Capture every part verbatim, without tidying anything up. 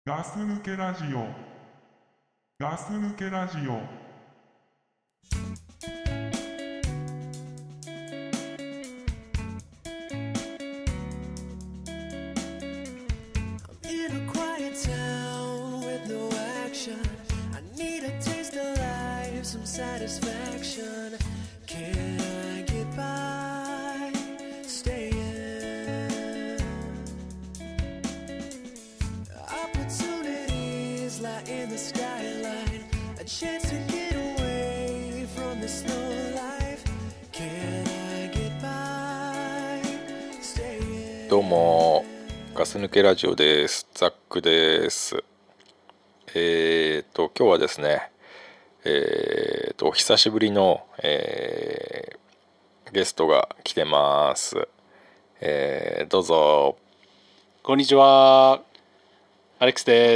ガス抜けラジオガス抜けラジオどうもガス抜けラジオです。ザックです。えーと今日はですねえーとお久しぶりの、えーゲストが来てます。えーどうぞ。 こんにちは、アレックスです。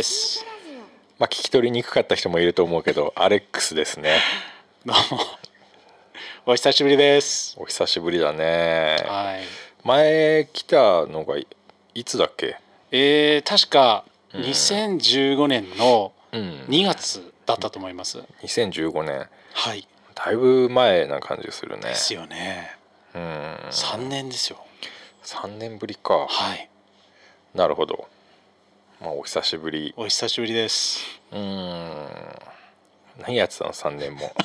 まあ聞き取りにくかった人もいると思うけどアレックスですね。 どうもお久しぶりです。 お久しぶりだね。 はい。 前来たのが い, いつだっけ。 えー、確かうんにせんじゅうごねんのうんにがつだったと思います。 にせんじゅうごねん。 はい。 だいぶ前な感じするね。 ですよね。 うんさんねんですよ。 さんねんぶりか。 はい。 なるほど。まあお久しぶり。 お久しぶりです。 うーん。何やってたのさんねんも。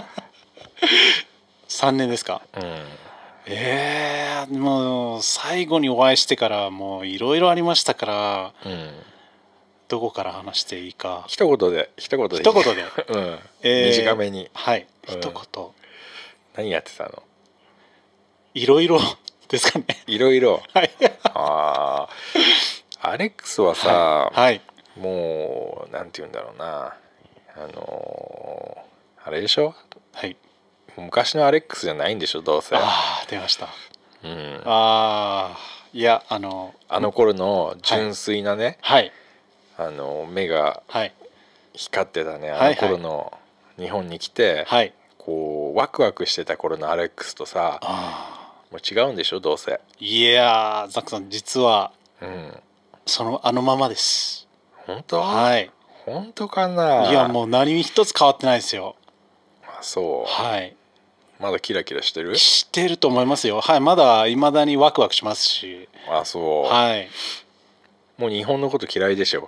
さんねんですか。 うん。 えー、もう最後にお会いしてからもういろいろありましたから、 うん。 どこから話していいか。 一言で一言で。 一言で。 うん。 えー、 短めに。 はい。 うん一言。 何やってたの。 いろいろですかね。 いろいろ。 はい。 ああ。アレックスはさ、 はい。はい、 もうなんて言うんだろうな。あのー、あれでしょ。 はい。 昔のアレックスじゃないんでしょどうせ。 ああ出ました。 うん。 ああいやあのあの頃の純粋なね、 はい、 あの目がはい、 光ってたね、あの頃の日本に来て、 はい、 こうワクワクしてた頃のアレックスとさ、 あもう違うんでしょどうせ。 いやザックさん実は、 うん、 そのあのままです。 本当？ はい。 本当かな。 いやもう何一つ変わってないですよ。 あ、そう。 はい。 まだキラキラしてる？ してると思いますよ。はい。まだ未だにワクワクしますし。 あ、そう。 はい。 もう日本のこと嫌いでしょ。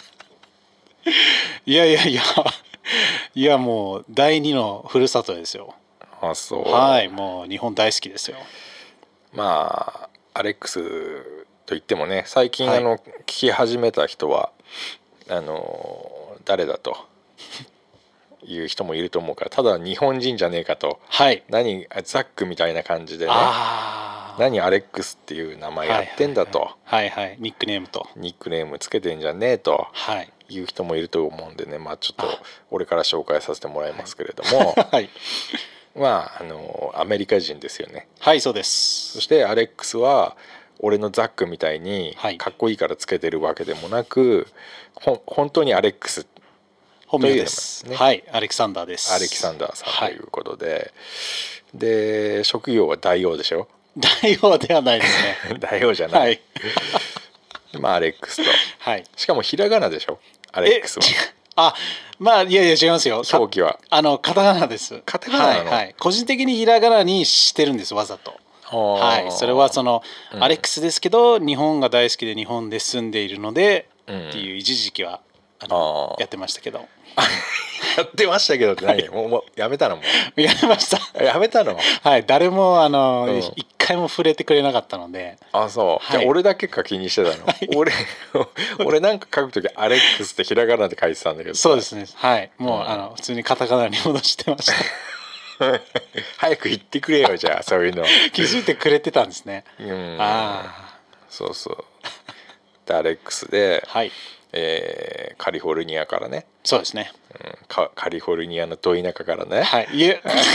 いやいやいやいやもう第二のふるさとですよ。 あ、そう。 はい。もう日本大好きですよ。 まあアレックスといってもね、最近、 はい、 あの聞き始めた人はあの誰だという人もいると思うから、ただ日本人じゃねえかと、 はい、 何ザックみたいな感じでね、 あ何アレックスっていう名前やってんだと、 はいはい、はいはい、ニックネームとニックネームつけてんじゃねえと、 はい、 いう人もいると思うんでね、まあちょっと俺から紹介させてもらいますけれども、 はい、 まああのアメリカ人ですよね。 はい、そうです。 そしてアレックスは俺のザックみたいにかっこいいからつけてるわけでもなく、ほ本当にアレックス本名です、ね、はい、アレキサンダーです。 アレキサンダーさんということで、はい、で職業は大王でしょ。 大王ではないですね。 大王じゃない、はい、まあアレックスと、 はい、 しかもひらがなでしょアレックスは。 あ、まあいやいや違いますよ。 表記はあのカタカナです。 カタカナなの、 はいはい、個人的にひらがなにしてるんですわざと。はい、それはその、うん、アレックスですけど日本が大好きで日本で住んでいるので、うん、っていう一時期はあのやってましたけどやってましたけどって何、はい、もうもうやめたのもうやめました。 やめたの。 はい誰もあの、うん、一回も触れてくれなかったので。 あ、そう、はい、じゃあ俺だけか気にしてたの、はい、俺俺なんか書くときアレックスってひらがなで書いてたんだけど。 そうですね、はいもう、うん、あの普通にカタカナに戻してました早く言ってくれよじゃあそういうの気づいてくれてたんですね。 うん、あ、そうそうでアレックスで、はい、えー、カリフォルニアからね。 そうですね、 うん、カ, カリフォルニアのど田舎からね、 はい、いえ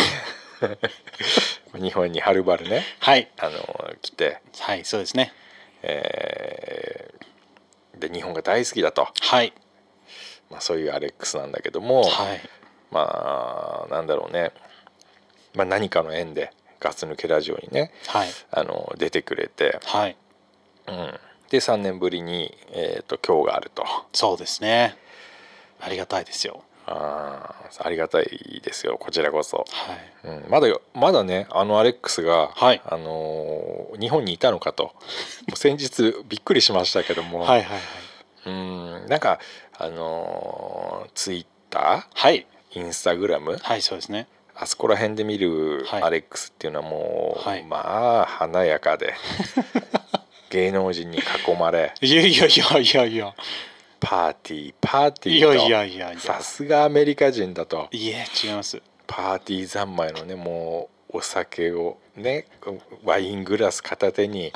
日本にはるばるね、 はい、 あの来て、 はいそうですね、 えー、で日本が大好きだと、 はい、 まあ、そういうアレックスなんだけども、はい、まあなんだろうね、まあ、何かの縁でガス抜けラジオにね、はい、あの出てくれて、はい、うん、 でさんねんぶりに、えー、と今日があると。 そうですね、ありがたいですよ。 あありがたいですよこちらこそ、 はい、 うん、まだまだねあのアレックスが、 はい、 あのー日本にいたのかともう先日びっくりしましたけども、 はいはいはい、 うんなんかあのー、ツイッター、 はい、 インスタグラム、 はい、そうですね。 あそこら辺で見るはいアレックスっていうのはもう、 はいまあ華やかで芸能人に囲まれいやいやいやいやいやパーティーパーティいやいーとやいやいやさすがアメリカ人だと。 いえ違います。 パーティー三昧のねもうお酒をねワイングラス片手に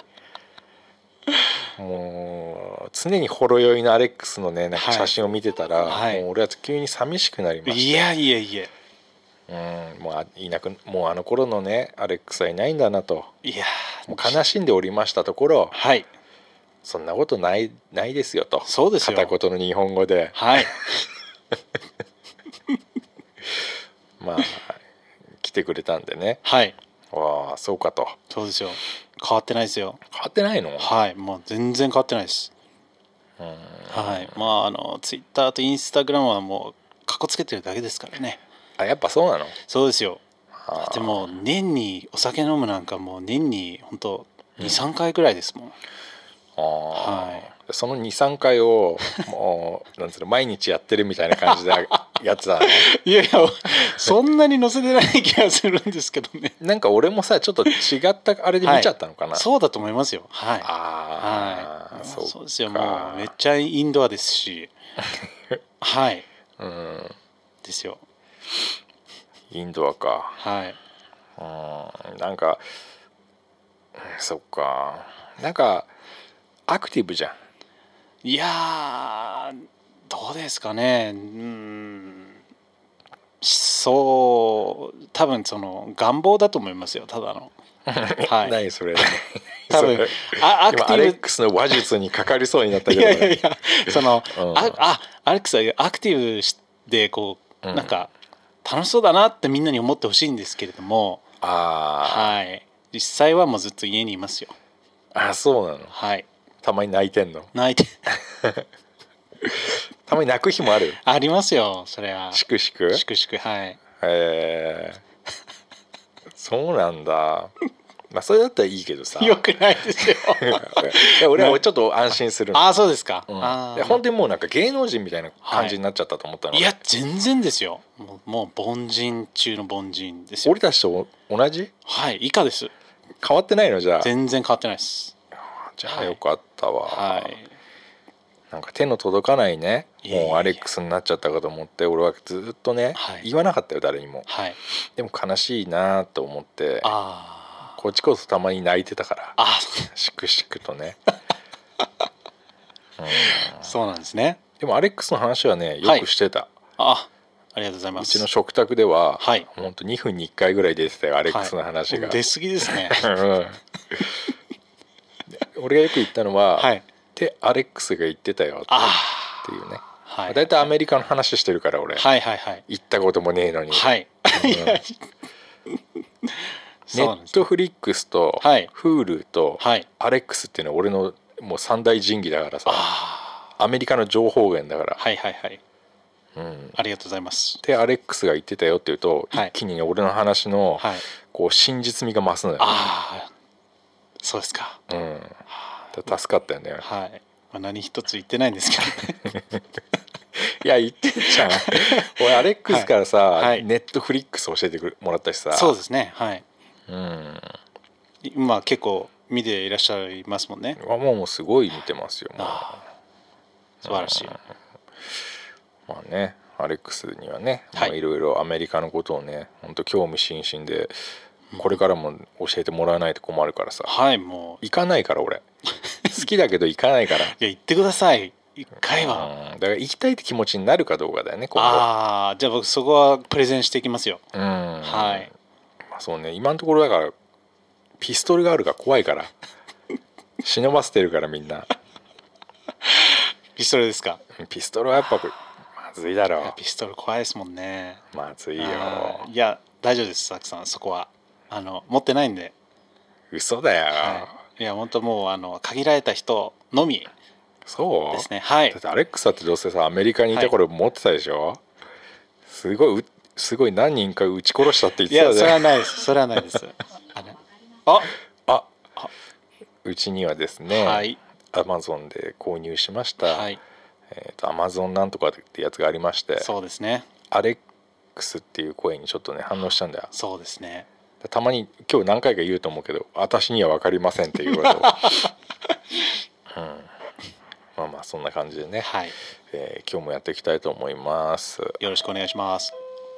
もう常にほろ酔いのアレックスのねなんか写真を見てたら、 はい、 もう俺は急に寂しくなりました。 いやいやいやうんもういなくもうあの頃のねアレックスはいないんだなといやもう悲しんでおりましたところ、 はい、 そんなことないないですよと。 そうですよ片言の日本語ではいまあ来てくれたんでね、 はいわあそうかと。 そうですよ、変わってないですよ。 変わってないの？ はいもう全然変わってないです。 うんはいまああのツイッターとインスタグラムはもうかっこつけてるだけですからね。 あやっぱそうなの？ そうですよ。 あーでも年にお酒飲むなんかもう年に本当にさんかいぐらいですもん。 あー、 はいそのにさんかいをもうなんつうの毎日やってるみたいな感じでやってたの？ いやいやそんなに載せてない気がするんですけどね。 なんか俺もさちょっと違ったあれで見ちゃったのかな、 はい、そうだと思いますよ。はいああ、 はい、 そうかそうですよ。もうめっちゃインドアですしはいうんですよ。 インドアか。 はいうんなんかそっかなんかアクティブじゃん。 いやーどうですかね。うんそう多分その願望だと思いますよただの。はい何それ多分それあアクティブ今アレックスの話術にかかりそうになったけいど、 やいやいやその、 うんああアレックスはアクティブでこう、 うんなんか楽しそうだなってみんなに思ってほしいんですけれども、 あはい実際はもうずっと家にいますよ。 あそうなの。 はいたまに泣いてんの？ 泣いてたまに泣く日もある？ ありますよそれは。 しくしくしくしくはいへえそうなんだ。まあそれだったらいいけどさよくないですよいや俺はちょっと安心するの。 ああそうですか、 うん、 あいや本当にもうなんか芸能人みたいな感じになっちゃったと思ったの、 いや全然ですよ。もう、もう凡人中の凡人ですよ。 俺たちと同じ？ はい以下です。 変わってないの？じゃあ全然変わってないです。 じゃあよかったわ、 はいなんか手の届かないねいえいえいえもうアレックスになっちゃったかと思って俺はずっとね、 はい言わなかったよ誰にも。 はいでも悲しいなと思ってあーこっちこそたまに泣いてたからあしくしくとね、うん、 そうなんですね。 でもアレックスの話はねよくしてた、 あありがとうございます。 うちの食卓では、 はいほんとにふんにいっかいぐらい出てたよアレックスの話が、 はい、出過ぎですねうん俺がよく言ったのは、 はいってアレックスが言ってたよってあっていうね、 あ、はい、 だいたいアメリカの話してるから俺、 はいはいはい行ったこともねえのに、 はいうんいやネットフリックスとはい Hulu とはいアレックスっていうのは俺のもう三大神器だからさ、 あアメリカの情報源だから、 はいはいはいうん、 ありがとうございます。 でアレックスが言ってたよっていうと、 はい一気にね俺の話のはいこう真実味が増すのよ、 ああそうですか。 うん、だ助かったよね。 はいまあ、何一つ言ってないんですけどねいや言ってるじゃん俺アレックスからさ、 はいはいネットフリックス教えてもらったしさそうですねはいうん今結構見ていらっしゃいますもんね。 もうもうすごい見てますよもうあ素晴らしい。 まあねアレックスにはね、 はいまあ、いろいろアメリカのことをね本当興味津々でこれからも教えてもらわないと困るからさ、 はいもう行かないから俺好きだけど行かないからいや言ってください一回は。 うんだから行きたいって気持ちになるかどうかだよね今後。 ああじゃあ僕そこはプレゼンしていきますよ。 うんはいまあ、そうね今のところだからピストルがあるから怖いから忍ばせてるからみんなピストルですか。 ピストルはやっぱまずいだろピストル怖いですもんね。 うまずいよあーいや大丈夫ですサクさんそこはあの持ってないんで、 嘘だよ、 はい、いや本当もうあの限られた人のみそうですね。はい。 だってアレクサってどうせさアメリカにいた頃持ってたでしょ、はい、すごいうすごい何人か撃ち殺したって言ってたじゃん。 いやそれはないですそれはないですああああうちにはですね、 はい、 アマゾンで購入しました、 はい、 えーとアマゾンなんとかってやつがありまして、 そうですね、 アレックスっていう声にちょっとね反応したんだよ。 そうですね。 たまに今日何回か言うと思うけど私には分かりませんっていうことを、うん、まあまあそんな感じでね、 はい、 えー、今日もやっていきたいと思います。 よろしくお願いします。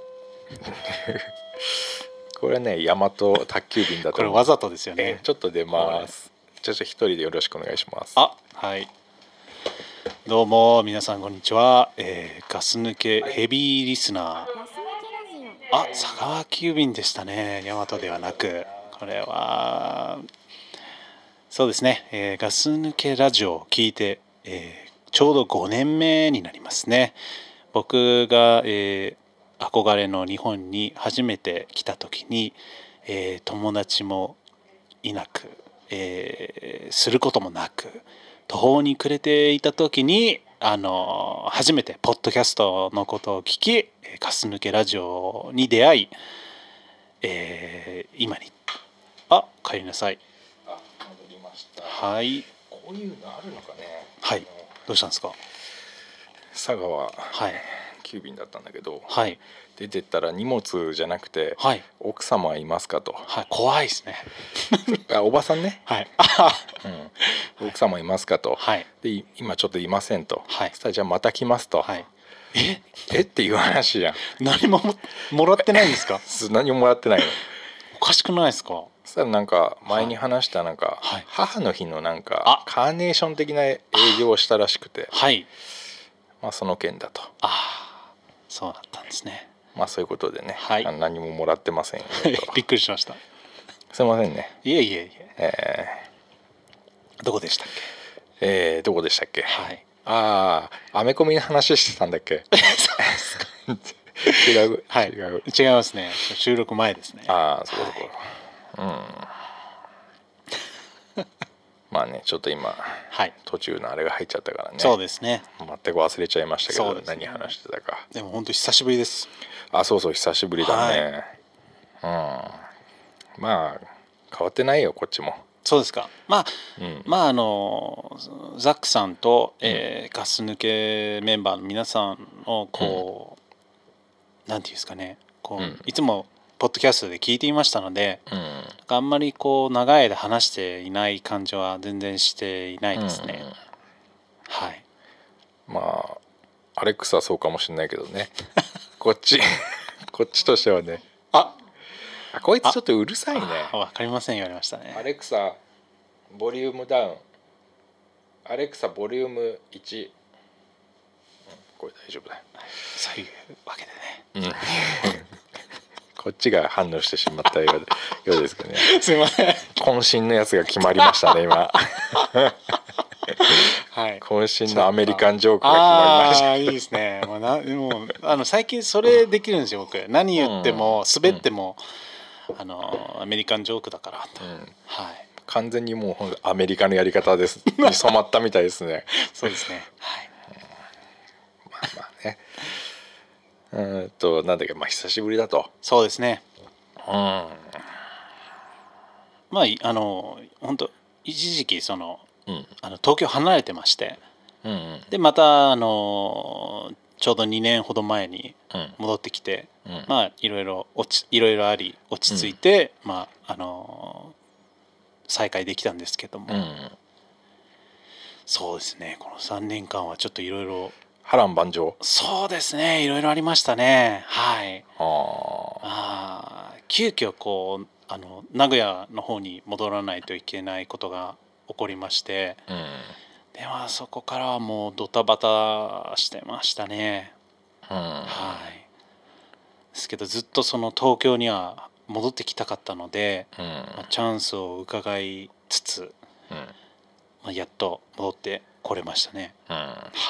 これね大和宅急便だとこれわざとですよね、 えー、ちょっと出ます。ちょっと一人でよろしくお願いします。 あ、はい、どうも皆さんこんにちは、えー、ガス抜けヘビーリスナー、あ、佐川急便でしたね、大和ではなく。これはそうですね、えー、ガス抜けラジオを聞いて、えー、ちょうどごねんめになりますね。僕が、えー、憧れの日本に初めて来た時に、えー、友達もいなく、えー、することもなく途方に暮れていた時にあの初めてポッドキャストのことを聞きガス抜けラジオに出会い、えー、今にあ帰りなさい。 あ、戻りました。 はい。 こういうのあるのかね。 はい。どうしたんですか。 佐川、 はい、 急便だったんだけど、 はい、 出てったら荷物じゃなくて、 はい、 奥様はいますかと、 はい、怖いですね。 あおばさんね、 はい、 うん、奥様いますかと、 はい、 で今ちょっといませんと、 はい、 そしたらじゃあまた来ますと、 はい、ええっていう話じゃん。 何ももらってないんですか。 何ももらってないの。 おかしくないですか。 そしたらなんか前に話したなんか、 はい、 母の日のなんかカーネーション的な営業をしたらしくて、 はい、 まあその件だと。 ああ、そうだったんですね。 まあそういうことでね、 はい、 何ももらってませんよと。 びっくりしました。 すいませんね。 いえいえいえ。 えー、どこでしたっけ。えー、どこでしたっけ。 はい。 ああ、アメコミの話してたんだっけ。そうですか。違う、 はい、 違う。 違いますね。収録前ですね。 ああ、そうかそうか。はい、うん。まあね、ちょっと今、はい、途中のあれが入っちゃったからね。 そうですね。 全く忘れちゃいましたけど、ね、何話してたか。 でも本当久しぶりです。 あ、そうそう久しぶりだね。はい、うん。まあ変わってないよこっちも。 そうですか。まあ、 うん、まああのザックさんと、えー、ガス抜けメンバーの皆さんをこう、うん、なんていうんですかね、こう、うん、いつもポッドキャストで聞いていましたので、うん、あんまりこう長い間話していない感じは全然していないですね。うん、はい。 まあアレックスはそうかもしれないけどね。こっちこっちとしてはね。 あ、 あこいつちょっとうるさいね。 わかりません言われましたね。 アレクサボリュームダウン。アレクサボリュームいち、うん、これ大丈夫だよ。 そういうわけでね、うん、 こっちが反応してしまったようようですけどね。 すいません。 渾身のやつが決まりましたね今。 はい、 渾身のアメリカンジョークが決まりました。 ああいいですね。もうなでもあの最近それできるんですよ僕。何言っても滑っても、うん、あのアメリカンジョークだからと、うん、はい。 完全にもうアメリカのやり方ですに染まったみたいですね。 そうですね。はい。 まあまあね。うんとなんだっけまあ久しぶりだと。 そうですね。 うん。 まああの本当一時期その。うん、あの東京離れてまして、 うんうん、 でまたあのちょうどにねんほど前に戻ってきて、うん、まあいろいろ落ちいろいろあり落ち着いて、うん、まああの再開できたんですけども、うん、そうですねこのさんねんかんはちょっといろいろ波乱万丈。 そうですねいろいろありましたね。はい。 ああ急遽こうあの名古屋の方に戻らないといけないことが起こりまして、うん、ではそこからはもうドタバタしてましたね。 うん、 はいですけどずっとその東京には戻ってきたかったので、うんまあ、チャンスを伺いつつ、うんまあ、やっと戻ってこれましたね。 うん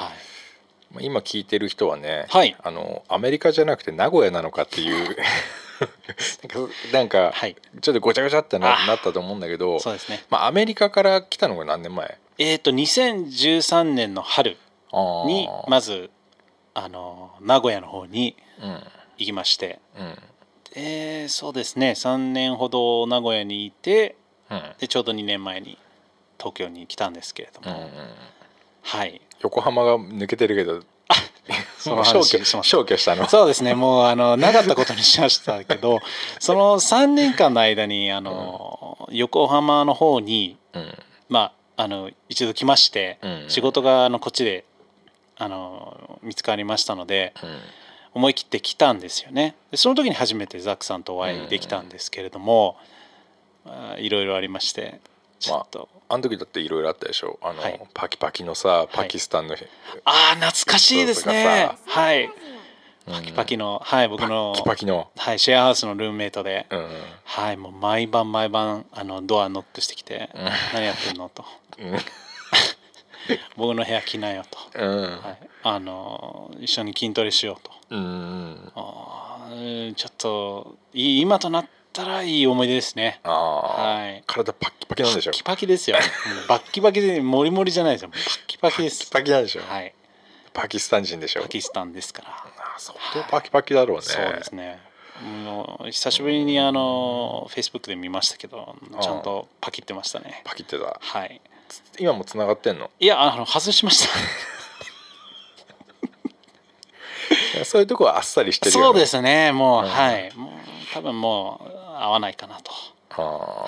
はい今聞いてる人はね、 はい、 あのアメリカじゃなくて名古屋なのかっていうなんか、 はい、 ちょっとごちゃごちゃってな, なったと思うんだけど、 そうですね、 まあ、アメリカから来たのが何年前？ えっとにせんじゅうさんねんの春にまずあの名古屋の方に行きまして、うんうん、でそうですねさんねんほど名古屋にいて、うん、でちょうどにねんまえに東京に来たんですけれども、うんうん、はい、 横浜が抜けてるけどその話します。 消去したの？ そうですね、もうあのなかったことにしましたけどそのさんねんかんの間にあの、うん、横浜の方に、うん、まああの一度来まして、うん、仕事があのこっちであの見つかりましたので、うん、思い切って来たんですよね。でその時に初めてザックさんとお会いできたんですけれども、まあ、いろいろありましてちょっと、 まあ、あの時だっていろいろあったでしょ。あの、はい、パキパキのさパキスタンの、はい、 ああ懐かしいですね。はい、パキパキの、はい、僕のパキパキの、 はい、シェアハウスのルームメイトで、うん、はい、もう毎晩毎晩あのドアノックしてきて、うん、何やってんのと、うん、僕の部屋来なよと、うん、はい、あの一緒に筋トレしようと、うん、あちょっと今となったらいい思い出ですね。 あ、はい、体パッキパキなんでしょ。 パキパキですよバッキバキでモリモリじゃないですよ、パッキパキです。 パキパキなんでしょ。 はい、 パキスタン人でしょ。 パキスタンですから。 あ、相当パキパキだろうね。 そうですね。もう久しぶりにあのフェイスブックで見ましたけど、ちゃんとパキってましたね。 パキってた。 はい。 今もつながってんの？ いや、あの外しましたそういうとこはあっさりしてるよね。 そうですね。もう、うん、はい。もう多分もう合わないかなと。 ああ、はい、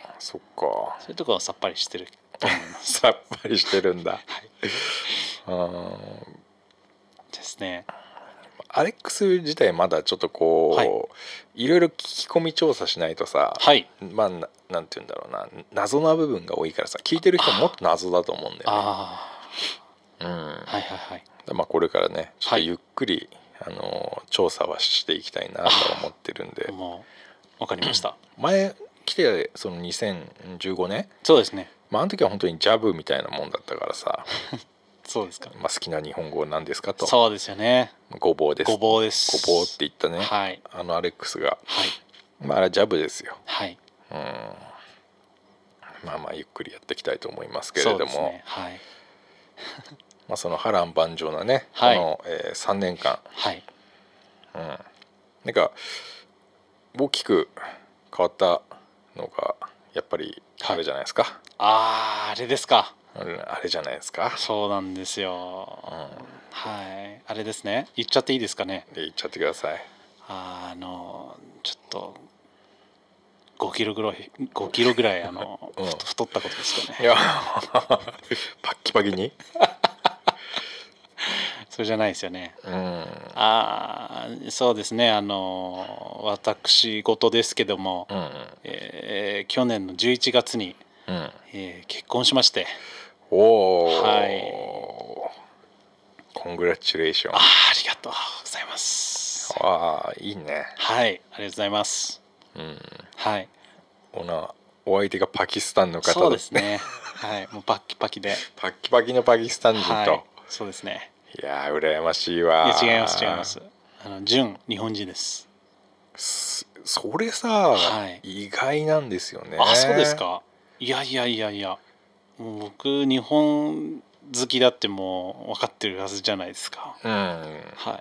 そっか。 そういうとこはさっぱりしてると思います。 さっぱりしてるんだ。はい。 あですね。 アレックス自体まだちょっとこう、はい、いろいろ聞き込み調査しないとさ、はい、まあ な, なんて言うんだろうな、謎な部分が多いからさ、聞いてる人もっと謎だと思うんだよね。ああ、うん、はいはいはい。まあこれからねちょっとゆっくり、はい、あの調査はしていきたいなと思ってるんで。 もう分かりました。 前来てそのにせんじゅうごねん、 そうですね。 まああの時は本当にジャブみたいなもんだったからさ。 そうですか。 まあ、好きな日本語なんですかと。 そうですよね。 ごぼうです。 ごぼうです。 ごぼうって言ったね。はい、あのアレックスが、はい、まああれジャブですよ。はい。うん。まあまあゆっくりやっていきたいと思いますけれども。そうですね。はい。まあその波乱万丈なね、はい、この、えー、さんねんかん。はい。うん。なんか大きく変わったのがやっぱりあれじゃないですか。はい、 あああれですか。 あれじゃないですか。 そうなんですよ、うん、はい、あれですね。言っちゃっていいですかね。 言っちゃってください。 あのちょっとごキロぐらいごキロぐらいあの、うん、太ったことですかね。 いやパッキパキにそれじゃないですよね。うん、あそうですね。あの私事ですけども、うんえー、去年のじゅういちがつに、うんえー、結婚しまして。 おお、はい。コングラチュレーション。 あありがとうございます。 ああいいね。 はい、ありがとうございます。うん、はい。 おなお相手がパキスタンの方、ね、 そうですね。はい、もうパッキパキで。 パッキパキのパキスタン人と。はい、 そうですね。 いや羨ましいわ。 いや違います違います。あの純日本人です。 それさ、はい、意外なんですよね。 あそうですか。いやいやいやいや。もう僕日本好きだってもう分かってるはずじゃないですか。うん、はい。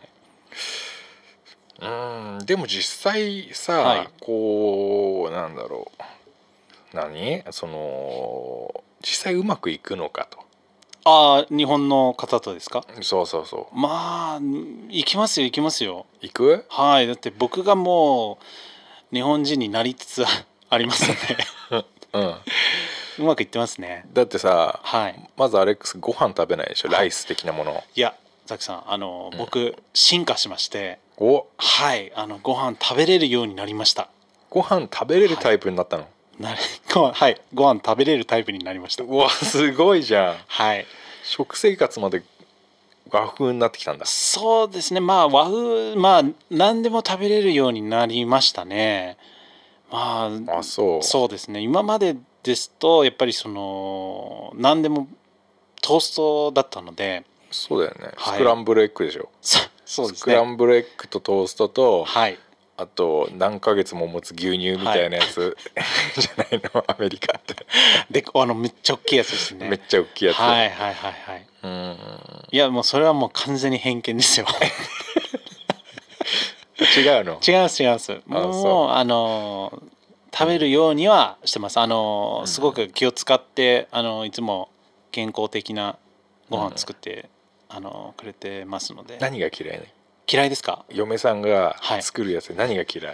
うんでも実際さ、はい、こうなんだろう何その実際うまくいくのかと。 ああ日本の方とですか。 そうそうそう。 まあ行きますよ行きますよ。 行く？ はい。だって僕がもう日本人になりつつありますので、うん。うまくいってますね。 だってさ、はい、まずアレックスご飯食べないでしょ、はい、ライス的なもの。 いやザキさんあの、うん、僕進化しましておはいあのご飯食べれるようになりました。 ご飯食べれるタイプになったの？はい、 なれはいご飯食べれるタイプになりました。 うわすごいじゃん。 はい。 食生活まで和風になってきたんだ。 そうですね。まあ和風まあ何でも食べれるようになりましたね。まあ、あそうそうですね。今までですとやっぱりその何でもトーストだったので。 そうだよね、はい、スクランブルエッグでしょ。 そそうですね。 スクランブルエッグとトーストと、はい、 あと何ヶ月も持つ牛乳みたいなやつ、はい、じゃないのアメリカってであのめっちゃ大きいやつですね。 めっちゃ大きいやつ。 はいはいはいはい。うん、いやもうそれはもう完全に偏見ですよ違うの？ 違います違います。もうあの食べるようにはしてます。あのすごく気を使ってあのいつも健康的なご飯作って、うん、あのくれてますので。 何が嫌いね？ 嫌いですか？ 嫁さんが作るやつで何が嫌い？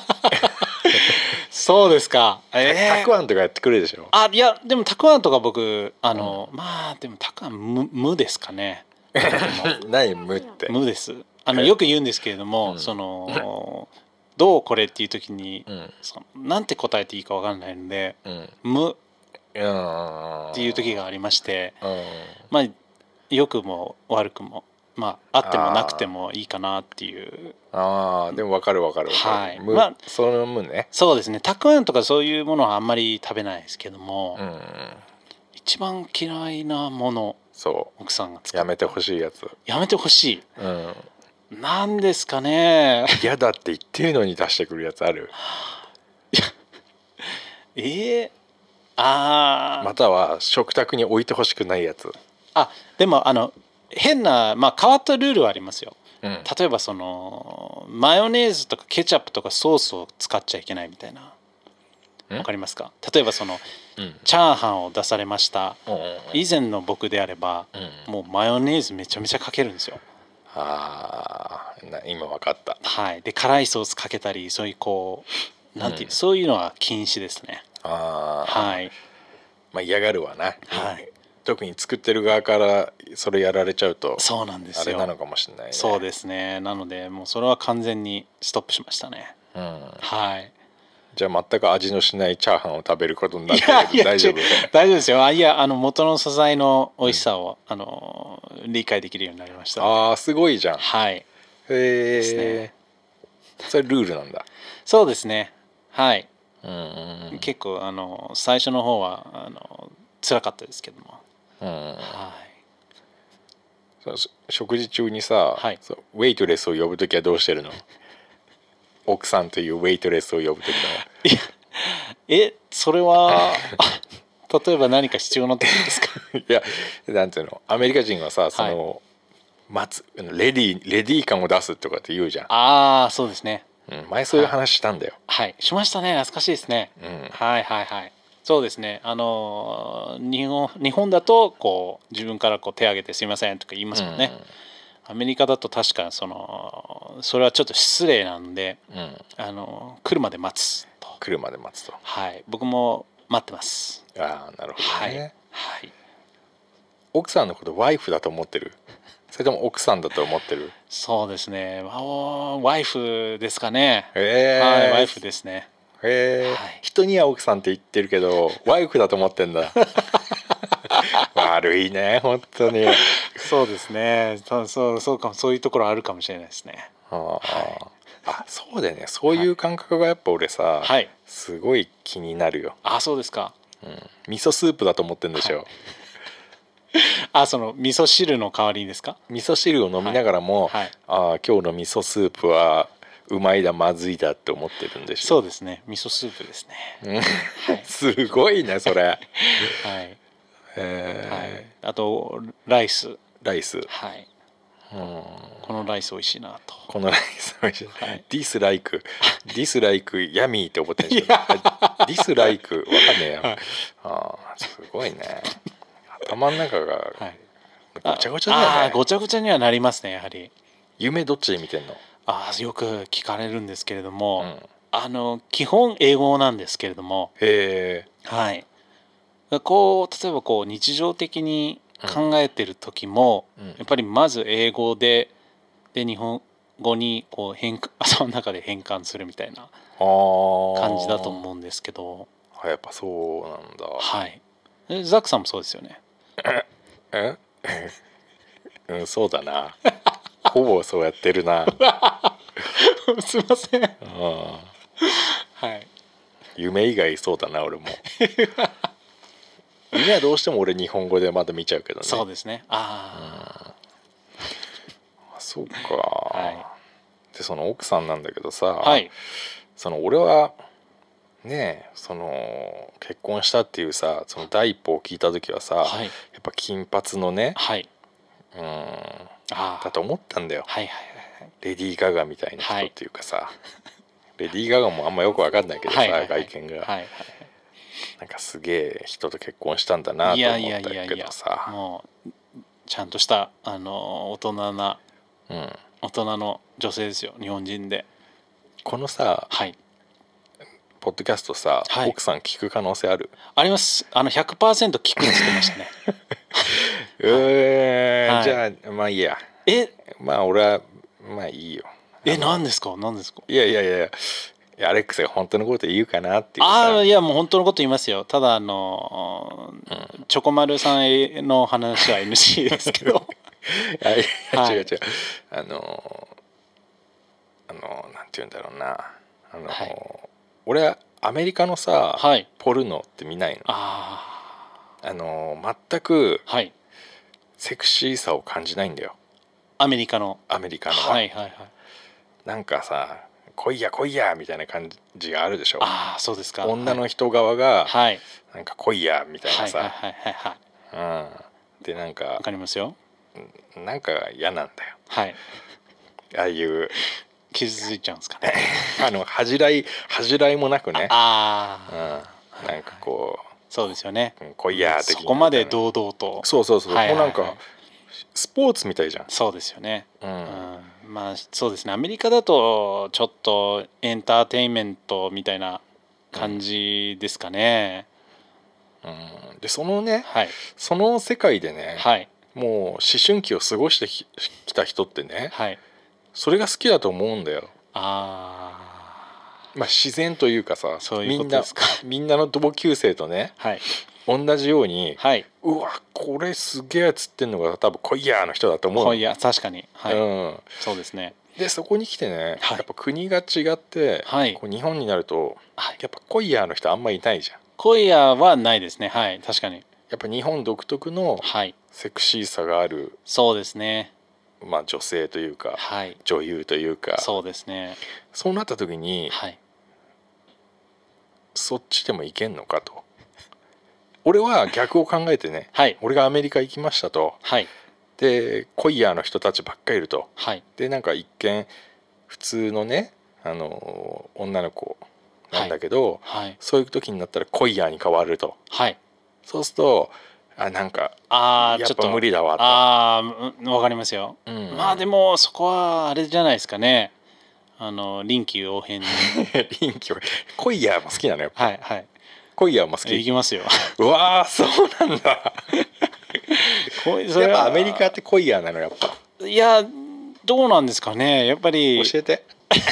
そうですか。えー、たくあんとかやってくれるでしょ？ あいやでもたくあんとか僕あの、うん、まあでもたくあん無無ですかね。 何無って？ 無です。あのよく言うんですけれども、うん、そのどうこれっていう時に、うん、そのなんて答えていいか分かんないので、うん、無っていう時がありまして、うん、まあ良くも悪くも。まあ、あってもなくてもいいかなっていう。 ああでも分かる分かる分かる、はい、まあ、その無ね。 そうですね。たくあんとかそういうものはあんまり食べないですけども、うん、一番嫌いなもの、 そう奥さんが作ったやめてほしいやつやめてほしい、うん、なんですかね。 嫌だって言ってるのに出してくるやつある？ いやえー、あまたは食卓に置いてほしくないやつ。 あでもあの変な、まあ、変わったルールはありますよ、うん、例えばそのマヨネーズとかケチャップとかソースを使っちゃいけないみたいな。わかりますか？例えばその、うん、チャーハンを出されました、うん、以前の僕であれば、うん、もうマヨネーズめちゃめちゃかけるんですよ。 ああ今分かった。 はい。で辛いソースかけたりそういうこうなんていう、うん、そういうのは禁止ですね。 ああはい。 まあ嫌がるわな。 はい。 特に作ってる側からそれやられちゃうとそうなんですよ。 あれなのかもしれないね。 そうですね。なのでもうそれは完全にストップしましたね、うん、はい。 じゃあ全く味のしないチャーハンを食べることになってるけど大丈夫？ 大丈夫ですよ。あいやあの元の素材の美味しさを、うん、あの理解できるようになりました。 ああすごいじゃん。 はい。へえ、ね、それルールなんだ。 そうですね。はい、うんうん、結構あの最初の方はあの辛かったですけども、うん、はい。 食事中にさ、はい、そうウェイトレスを呼ぶときはどうしてるの？奥さんというウェイトレスを呼ぶときは。 いやえそれは例えば何か必要な時ですか？ いやなんていうのアメリカ人はさその、はい、待つレディーレディー感を出すとかって言うじゃん。 ああそうですね、 うん、前そういう話したんだよ。 はい、はい、しましたね。懐かしいですね、うん、はいはいはい。そうですね。あの日本日本だとこう自分からこう手を挙げてすいませんとか言いますもんね、うん、アメリカだと確かそのそれはちょっと失礼なんで、うん、あの来るまで待つと。 来るまで待つと。 はい。僕も待ってます。 ああなるほどね、 はい、はい。 奥さんのことワイフだと思ってる？それとも奥さんだと思ってる？ そうですね。ワイフですかね。 へえ、 はい、ワイフですね。 へえ、はい、人には奥さんって言ってるけどワイフだと思ってんだ。悪いね本当に。 そうですね。そうそうそうかも、そういうところあるかもしれないですね。 あ、はい、あそうだよね。そういう感覚がやっぱ俺さ、はい、すごい気になるよ。 あそうですか、 うん、味噌スープだと思ってんでしょ、はい、 あその味噌汁の代わりにですか？ 味噌汁を飲みながらも、はいはい、あ今日の味噌スープはうまいだまずいだって思ってるんでしょ。 そうですね。味噌スープですね。 はい、すごいねそれ。はい、 えーはい、あとライスライス、 はい、うん、このライス美味しいなと。 このライス美味しい、はい、ディスライクディスライクヤミーって思ってるんですよ。ディスライクわかんねえよ、はい、あすごいね。頭の中がごちゃごちゃだよね。 ああごちゃごちゃにはなりますね。やはり夢どっちで見てんの？ あよく聞かれるんですけれども、うん、あの基本英語なんですけれども、 へえ、 はい、こう例えばこう日常的に考えてる時も、うん、やっぱりまず英語でで日本語にこう変頭の中で変換するみたいな感じだと思うんですけど。 あやっぱそうなんだ。 はい。ザックさんもそうですよね。 えうん、そうだな。ほぼそうやってるな。 すいません。あはい。夢以外そうだな俺も。夢はどうしても俺日本語でまだ見ちゃうけどね。 そうですね。ああ、 うん、そうか、 はでその奥さんなんだけどさ、 はい、 その俺はねその結婚したっていうさその第一歩を聞いた時はさ、はい、やっぱ金髪のね、 はい、 うんあだと思ったんだよ、 はいはいはい、 レディー・ガガみたいな人っていうかさ、はい、レディー・ガガもあんまよく分かんないけどさ、はいはいはい、外見が、はいはい、なんかすげえ人と結婚したんだなと思ったけどさ、いやいやいやいやもうちゃんとしたあの大人な、うん、大人の女性ですよ、日本人で。 このさ、はい、ポッドキャストさ、はい、奥さん聞く可能性ある？ あります。あの ひゃくパーセント 聞くって言ってましたねえー、はい、じゃあまあいいや。 えまあ俺はまあいいよ。 え何ですか何ですか？ いやいやいやいやアレックスが本当のこと言うかなっていう。 ああいやもう本当のこと言いますよ。ただあの、うん、チョコマルさんの話は エヌシー ですけどいやいや、はい、違う違うあのあのなんて言うんだろうなあの、はい、俺はアメリカのさ、はい、ポルノって見ないの。ああの全くセクシーさを感じないんだよ。 アメリカのアメリカのはいはいはい。 なんかさ来いや来いやみたいな感じがあるでしょ。 ああそうですか。 女の人側が、はい、なんか来いやみたいなさ、 はいはいはいはい、 うん、でなんかわかりますよ。 なんか嫌なんだよ。 はい。 ああいう傷ついちゃうんですかねあの恥じらい恥じらいもなくね。 ああ、うん、なんかこう、 そうですよね。 来いや的なそこまで堂々と。 そうそうそう、はいはいはい、もうなんかスポーツみたいじゃん。 そうですよね。 うん、うん、 まあそうですね。アメリカだとちょっとエンターテインメントみたいな感じですかね。 うん、でそのね、 はい、 その世界でね、 はい、 もう思春期を過ごしてきた人ってね、 はい、 それが好きだと思うんだよ。 あまあ自然というかさ、 そういうことですか。 みんなみんなの同級生とね、 はい、 同じように、 はい、 うわこれすげえっつってんのが多分来いやーの人だと思う。 来いや確かに、はい、うん、そうですね。 でそこに来てね、はい、やっぱ国が違って、はい、こう日本になると、はい、やっぱ来いやーの人あんまりいないじゃん。 来いやはないですね。はい確かに。 やっぱ日本独特のセクシーさがある、はい、 そうですね。 まあ女性というか、 はい、 女優というか、 そうですね。 そうなった時に、はい、そっちでもいけんのかと。俺は逆を考えてね、はい、俺がアメリカ行きましたと、はい、でコイヤーの人たちばっかりいると、はい、でなんか一見普通のねあの女の子なんだけど、はいはい、そういう時になったらコイヤーに変わると、はい、そうするとあなんかあやっぱ無理だわと。 ああわかりますよ、うん、まあでもそこはあれじゃないですかね、あの臨機応変に臨機応変コイヤーも好きなのよ。 はいはいコイヤーも好き。 行きますよ。 うわーそうなんだそれやっぱアメリカってコイヤーなのやっぱ。 いやどうなんですかねやっぱり。 教えて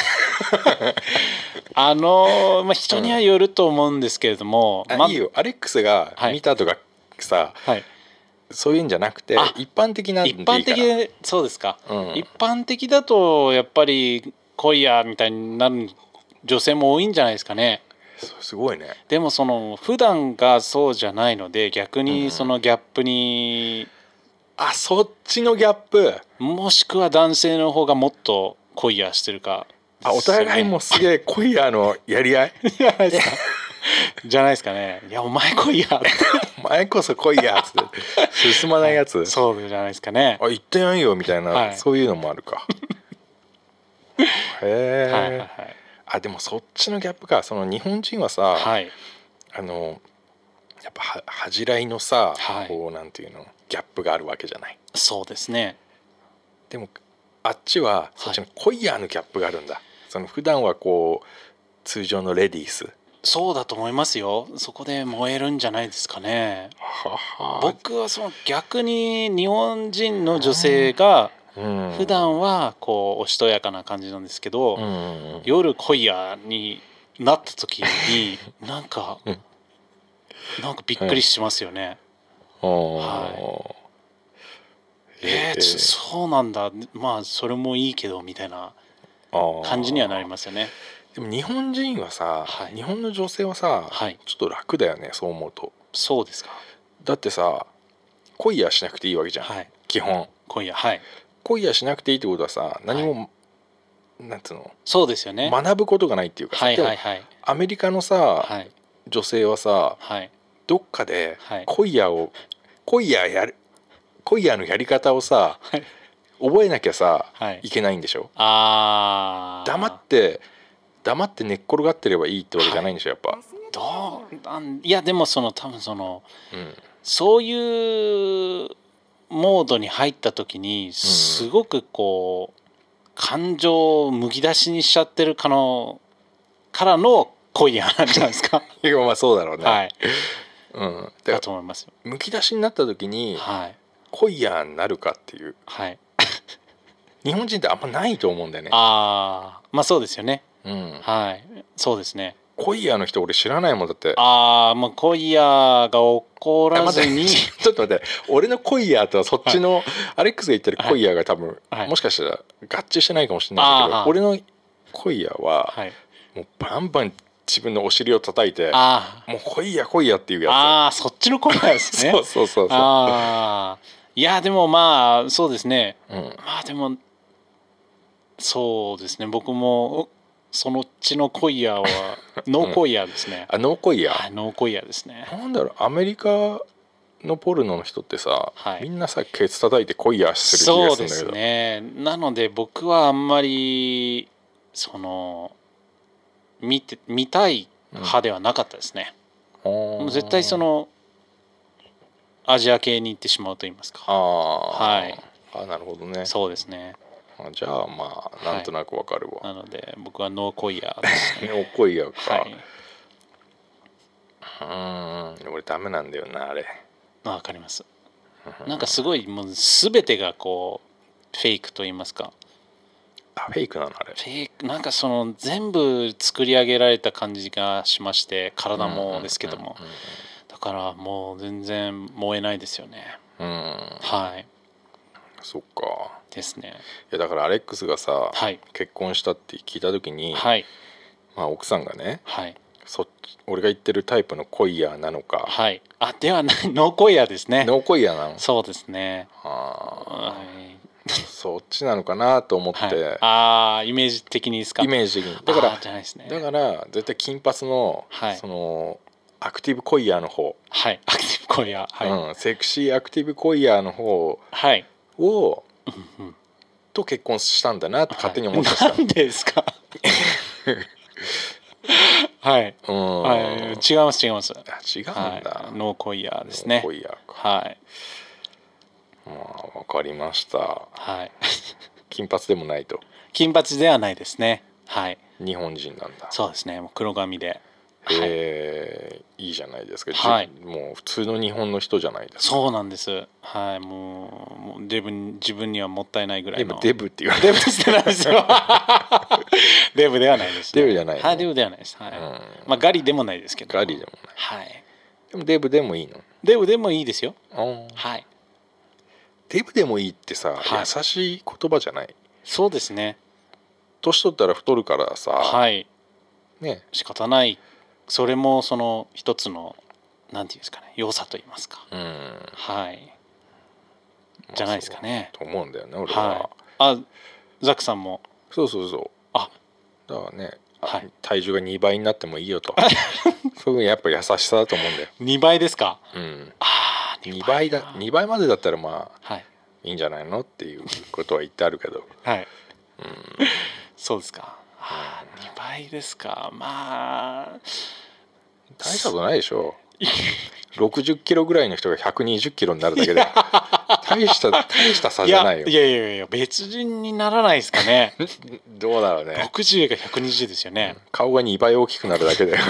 あのまあ人にはよると思うんですけれども、 うんま、いいよアレックスが見たとかさ、はい、そういうんじゃなくて一般的なんでいいから。 一般的でそうですか、うん、一般的だとやっぱりコイヤーみたいになる女性も多いんじゃないですかね。 すごいね。 でもその普段がそうじゃないので逆にそのギャップに、 うん、あそっちのギャップもしくは男性の方がもっとコイヤーしてるか、ね、 あお互いもすげえコイヤーのやり合いじゃないですかじゃないですかね。いやお前コイヤーってお前こそコイヤーって進まないやつ、はい、 そうじゃないですかね。 あ言ってないよみたいな、はい、そういうのもあるかへえ、はいはいはい、あでもそっちのギャップか。その日本人はさ、はい、あのやっぱは恥じらいのさ、はい、こうなんていうのギャップがあるわけじゃない。 そうですね。 でもあっちはそっちのコイヤーのギャップがあるんだ、はい、その普段はこう通常のレディース。そうだと思いますよ。そこで燃えるんじゃないですかね。はは僕はその逆に日本人の女性が、うん、普段はこうおしとやかな感じなんですけど、うん、夜コイヤーになった時になんか、うん、なんかびっくりしますよね、はいはい、えー、そうなんだまあそれもいいけどみたいな感じにはなりますよね。でも日本人はさ、はい、日本の女性はさ、はい、ちょっと楽だよねそう思うと。そうですか。だってさコイヤーしなくていいわけじゃん、はい、基本コイヤーはいコイヤーしなくていいってことはさ何もなんつうの、 そうですよね。 学ぶことがないっていうか、 はいはいはい、 アメリカのさ、はい、女性はさ、はい、どっかでコイヤーを、はい、コイヤーやるコイヤーのやり方をさ、はい、覚えなきゃさ、はい、いけないんでしょ。あ、黙って黙って寝っ転がってればいいってわけじゃないんでしょ、やっぱ。 どういやでもその多分その、うん、そういうモードに入った時にすごくこう、うん、感情をむき出しにしちゃってるかのからの恋やなんじゃないですか。 いやまあそうだろうね。 はい。 うん。 だと思いますよ。 むき出しになった時に、はい、恋やになるかっていう。はい。日本人ってあんまないと思うんだよね。 ああ、まあそうですよね。うん。はい。そうですね。 恋やの人俺知らないもんだって。 ああ、もう恋やが起こらずにちょっと待って、俺の恋やとはそっちの、はい、アレックスが言ってる恋やが多分、はい、もしかしたら合致してないかもしれないけど、俺の恋やは、はい、もうバンバン自分のお尻を叩いて、もう恋や恋やっていうやつ。 ああ、そっちの恋やですね。 そうそうそうそう。 ああ、いやでもまあそうですね。うん、まあでもそうですね。僕もそのうちの恋やはノー恋やですね。 うん、あ、ノー恋や。 ノー恋やですね。 なんだろう、アメリカのポルノの人ってさ、はい、みんなさケツ叩いて恋やする気がするんだけど。 そうですね。なので僕はあんまりその見て見たい派ではなかったですね。うん、もう絶対そのアジア系に行ってしまうと言いますか。あ、 はい、あ、なるほどね。 そうですね。 じゃあまあなんとなくわかるわ。 はい、なので僕はノーコイヤーですね。 ノーコイヤーか。はい、うん、俺ダメなんだよなあれ。 わかります。なんかすごいもう全てがこうフェイクと言いますか。 あ、フェイクなのあれ。 フェイク、なんかその全部作り上げられた感じがしまして、体もですけども、だからもう全然燃えないですよね。うん、はい。 そっか。 ですね。 いやだからアレックスがさ、はい、結婚したって聞いた時に、はい、まあ奥さんがね、はい、そ俺が言ってるタイプの恋やなのか、 はい、あ、ではない、ノー恋やですね。 ノー恋やなの。 そうですね。あ、 はい、そっちなのかなと思って、はい、 ああ、イメージ的にですか。 イメージ的に。だからじゃないですね。 だから絶対金髪の、はい、そのアクティブ恋やの方、 はい、アクティブ恋や、はい、 うん、セクシーアクティブ恋やの方、はい、を、うん、と結婚したんだなって勝手に思ってました。 なんでですか。はい、うん、はい、違います違います。 違うんだ、 はい、ノーコイヤーですね。 ノーコイヤーか。 はい。 まあわかりました。はい。金髪でもないと。 金髪ではないですね。はい。 日本人なんだ。 そうですね。もう黒髪で。 えー、はい、いいじゃないですか。はい。もう普通の日本の人じゃないですか。 そうなんです。はい。もう、もうデブ自分にはもったいないぐらいの。 デブって言われて。デブってないですよ。デブではないです、 ね。デブじゃない、ね。 はい、デブではないです。はい。うん、まあガリでもないですけど。 ガリでもない。 はい。 でもデブでもいいの？ デブでもいいですよ。はい。 デブでもいいってさ、はい、優しい言葉じゃない？ そうですね。 年取ったら太るからさ。 はい。ね。仕方ない。それもその一つのなんていうんですかね、良さと言いますか。うん。はい。じゃないですかね。 と思うんだよね、俺は。はい、 あ、ザックさんも。 そうそうそう。 あ、 だからね、はい、体重がにばいになってもいいよと。そういうやっぱ優しさだと思うんだよ。 にばいですか。 うん。ああ、にばいだ。にばいまでだったらまあ、はい、いいんじゃないのっていうことは言ってあるけど。 はい。うん。そうですか。ああ、にばいですか。まあ大したことないでしょ。ろくじゅっキロぐらいの人がひゃくにじゅっキロになるだけで大した大した差じゃないよ。 いやいやいや、別人にならないですかね。 どうだろうね。 ろくじゅうがひゃくにじゅうですよね。 うん、顔がにばい大きくなるだけだよ。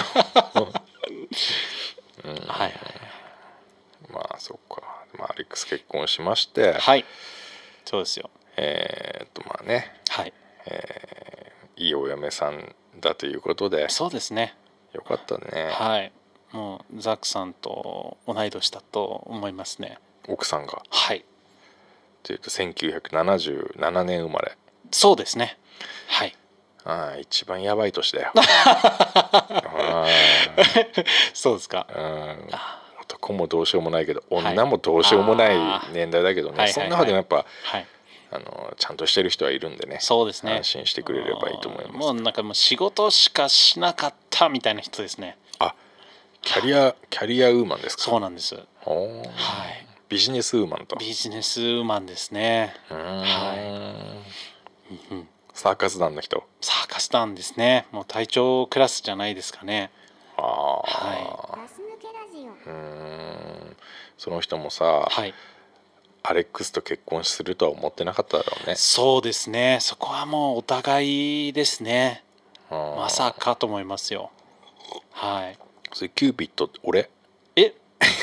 うん、はいはい。まあそっか。まあアレックス結婚しまして。 はい。そうですよ。 えー、っとまあね。 はい。 えー、いいお嫁さんだということで。 そうですね。 よかったね。 はい。もうザックさんと同い年だと思いますね。 奥さんが。 はい。 というとせんきゅうひゃくななじゅうななねん生まれ。 そうですね。はい。 ああ、一番やばい年だよ。 そうですか。 うん。男もどうしようもないけど、女もどうしようもない年代だけどね。はい、その中でもやっぱ、はい、 あのちゃんとしてる人はいるんでね。 そうですね。 安心してくれればいいと思います。 もうなんかもう仕事しかしなかったみたいな人ですね。 あ、キャリアキャリアウーマンですか。 そうなんです。 おー、 はい。 ビジネスウーマンと。 ビジネスウーマンですね。 うーん、 はい。うん、 サーカス団の人。 サーカス団ですね。もう隊長クラスじゃないですかね。 ああ、 はい。 うーん、その人もさ、 はい、 アレックスと結婚するとは思ってなかっただろうね。 そうですね。そこはもうお互いですね。まさかと思いますよ。はい。 それキューピッドって俺？ え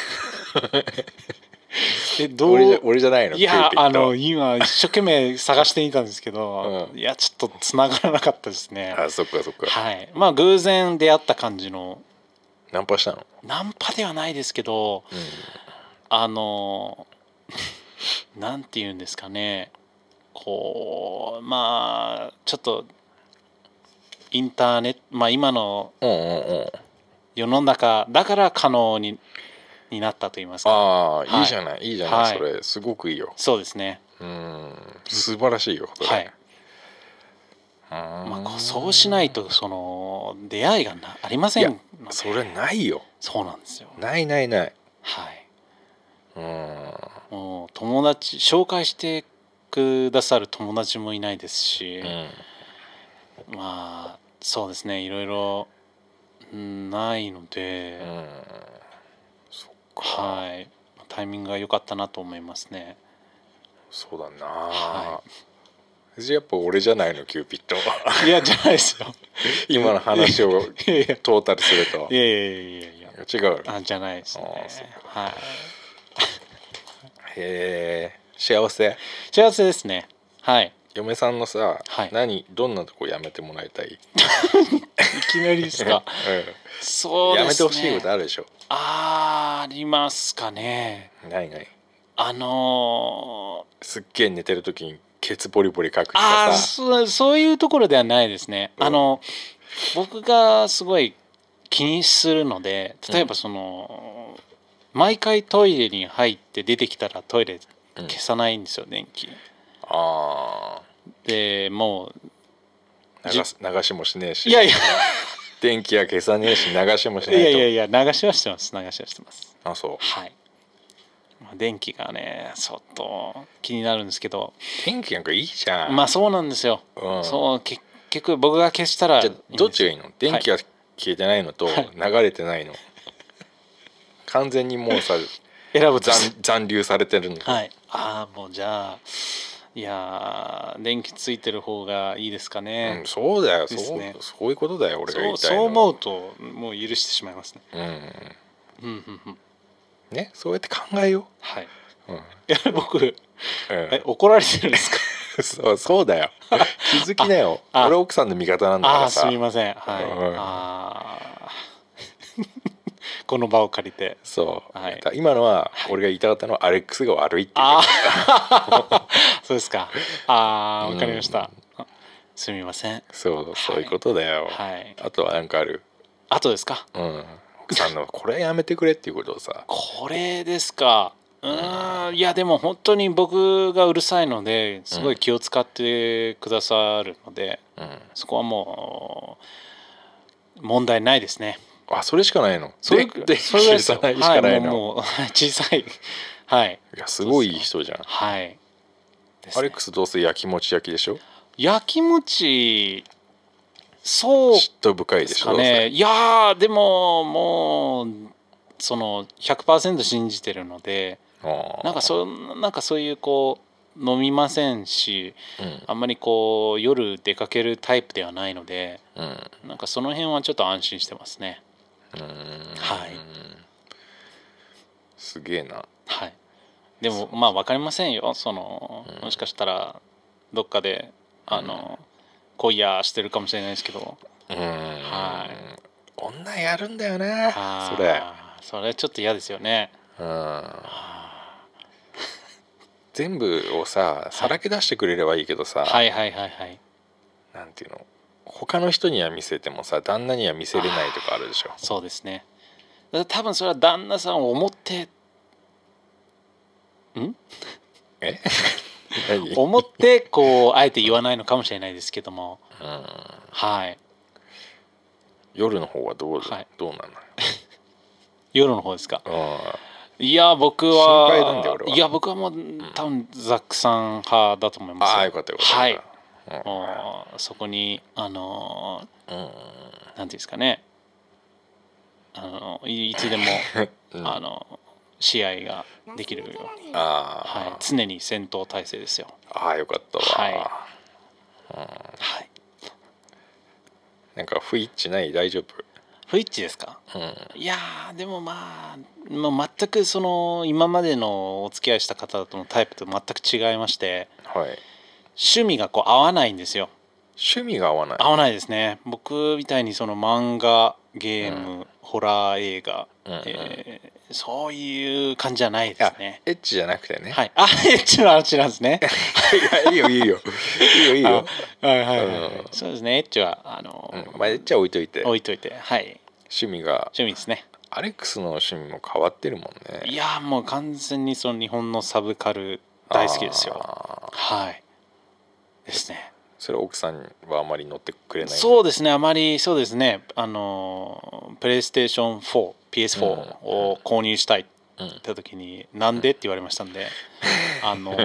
えどう？ 俺じゃ俺じゃないの？ いやキューピッド。 あの今一生懸命探してみたんですけど、 うん、 いやちょっと繋がらなかったですね。 あ、そっかそっか。 はい。まあ偶然出会った感じの。 ナンパしたの？ ナンパではないですけど、 うん、 あのなんて言うんですかね、こうまあちょっとインターネット、まあ今の世の中だから可能にになったと言いますか。 ああ、 はい、 いいじゃないいいじゃない、はい、それすごくいいよ。 そうですね。 うん、素晴らしいよそれ。はい。 まあ、そうしないとその出会いがなありませんので。 いやそれないよ。 そうなんですよ。 ないないない。 はい。 うん、 もう友達紹介してくださる友達もいないですし、うん、まあそうですね、いろいろないので、うん、そっか、はい、タイミングが良かったなと思いますね。 そうだな、はい、じゃあやっぱ俺じゃないのキューピッド。 いやじゃないですよ。 今の話をトータルすると。 いやいやいやいや違う。 あじゃないですね。はい。 へえ、幸せ？ 幸せですね。はい。 嫁さんのさ、 はい、 何どんなとこやめてもらいたい？いきなりですか？うん、そうですね。 やめてほしいことあるでしょ？ あーありますかね。 ないない。 あのー、すっげえ寝てる時にケツボリボリかくとかさあそ、そういうところではないですね。うん、あの僕がすごい気にするので、例えばその、うん、毎回トイレに入って出てきたらトイレ消さないんですよ、うん、電気。 あでもう流す流しもしねえし。 いやいや電気は消さねえし流しもしないと。 いやいやいや流しはしてます流しはしてます。 あ、そう。 はい。電気がねちょっと気になるんですけど。 電気なんかいいじゃん。 まあそうなんですよ。うん、そう結局僕が消したらいいんですよ。 じゃあどっちがいいの？電気が消えてないのと流れてないの、はい、完全にもうさ選ぶ残, 残留されてるの。 はい。ああもうじゃあいや電気ついてる方がいいですかね。 うん、そうだよ、ね、そう、そういうことだよ俺が言いたいの。 そう思うともう許してしまいますね。 うん。 うんうんうん。 ね、そうやって考えよう。 はい。 うん、 いや僕、うん、え怒られてるんですか？ そうそうだよ。気づきなよ。俺奥さんの味方なんだからさ。 あすみません。はい。うん、あこの場を借りて。 そう、 はい、 今のは俺が言いたかったのはアレックスが悪いっていう。 あそうですか。あわかりました、うん、すみません。 そうそういうことだよ。 はい、 あとは何かある？ あとですか？ うん、奥さんのこれやめてくれっていうことをさ。 これですか。うんいやでも本当に僕がうるさいのですごい気を使ってくださるので、うん、そこはもう問題ないですね。 あそれしかないの？ それでそれしかないの？はい、 もう小さいはいいやすごいいい人じゃん。 はい、 ね、アレックスどうせ焼きもち焼きでしょ？ 焼きもちそう嫉妬深いでしょ？ ね、いやでももうその ひゃくパーセント 信じてるので、なんかそなんかそういうこう飲みませんし、うん、あんまりこう夜出かけるタイプではないので、うん、なんかその辺はちょっと安心してますね。うん、はい。 すげえな。 はい。でもまあ分かりませんよ。その、うん、もしかしたらどっかであの、うん、恋やしてるかもしれないですけど。 うん。はい。女やるんだよね。それ。 それちょっと嫌ですよね。うん。 全部をささらけ出してくれればいいけどさ。 はいはいはいはい。 なんていうの。他の人には見せてもさ旦那には見せれないとかあるでしょ。 そうですね。多分それは旦那さんを思ってんえ思ってこうあえて言わないのかもしれないですけども、うん、はい。 夜の方はどう、はい、どうなの？ 夜の方ですか？いや僕は心配なんだよ俺は。 いや僕はもう、うん、多分ザックさん派だと思います。 ああよかったよかった。 はい。うん、そこにあのー、うん、なんていうんですかね、あのいつでも、うん、あの試合ができるように、あ、はい、常に戦闘態勢ですよ。 ああよかったわ。はい、うん、はい。なんか不一致ない？大丈夫？ 不一致ですか？うん、いやでもまあ、まあ、全くその今までのお付き合いした方とのタイプと全く違いまして、はい、趣味がこう合わないんですよ。 趣味が合わない？ 合わないですね。僕みたいにその漫画、ゲーム、うん、ホラー映画、うんうん、えー、そういう感じじゃないですね。 エッチじゃなくてね。 はい。あ、エッチの話なんですね。 いいよいいよいいよいいよ。 はいはいはい、うん、そうですね。エッチはあのー、 うん、まあエッチは置いといて。 置いといて、はい。 趣味が趣味ですね。 アレックスの趣味も変わってるもんね。 いやもう完全にその日本のサブカル大好きですよ。はいですね。 それ奥さんはあまり乗ってくれない？ そうですね、あまり。そうですね、あのプレイステーションフォー ピーエスフォー を購入したいって言った時に、うん、なんでって言われましたんで、うん、あのー、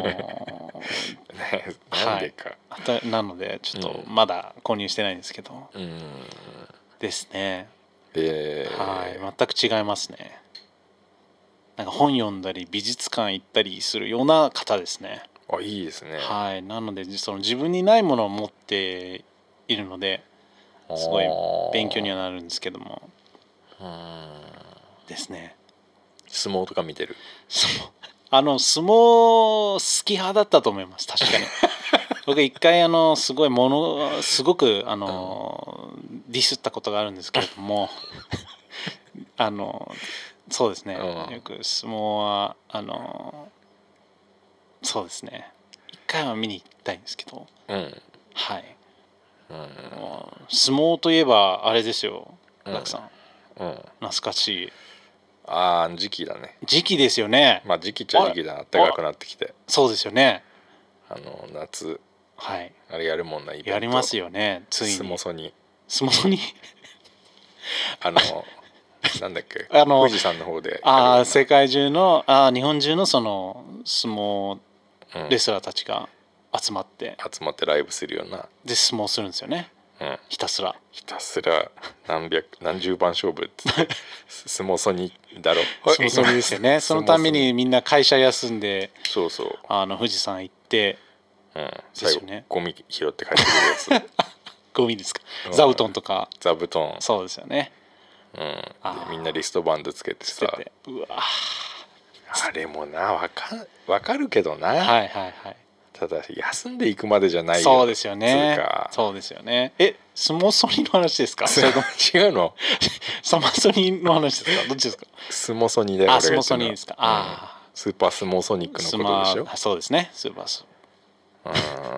なんでか、 はい、なのでちょっとまだ購入してないんですけど、うん、ですね。えー、はい、全く違いますね。なんか本読んだり美術館行ったりするような方ですね。 あ、いいですね。 はい、なのでその自分にないものを持っているのですごい勉強にはなるんですけども、うんですね。 相撲とか見てる？ あの相撲好き派だったと思います。確かに僕一回あのすごいものすごくあの、うん、ディスったことがあるんですけれどもあのそうですね、うん、よく相撲はあのそうですね、一回は見に行きたいんですけど、うん、はい、うん、相撲といえばあれですよ、ガクさん、うん、懐かしい。 ああ時期だね。 時期ですよね。 まあ時期っちゃ時期だな、暖かくなってきて。 そうですよね。 あの夏、 はい、 あれやるもんな、イベントやりますよね。ついにスモソニスモソニあのなんだっけ、あの富士山の方でああ世界中のあ日本中のその相撲レスラーたちが集まって、 うん、集まってライブするようなで相撲するんですよね、うん、ひたすらひたすら何百何十番勝負って相撲ソニだろ相撲ソニですよね。そのためにみんな会社休んで、 そうそうあの富士山行って、 うん、最後、ね、ゴミ拾って帰ってくるやつゴミですか、うん、座布団とか。 座布団、 そうですよね、 うん、でみんなリストバンドつけてさ、うわあれもな分か、分かるけどな、はいはいはい、ただ休んでいくまでじゃないよ。 そうですよね。そうですよね。え、相撲ソニの話ですか？それと違うの？ サマソニの話ですか？どっちですか？ 相撲ソニで。 あ、相撲ソニですか。あ、 うん、スーパー相撲ソニックのことでしょ。 そうですね。スーパース。 うん。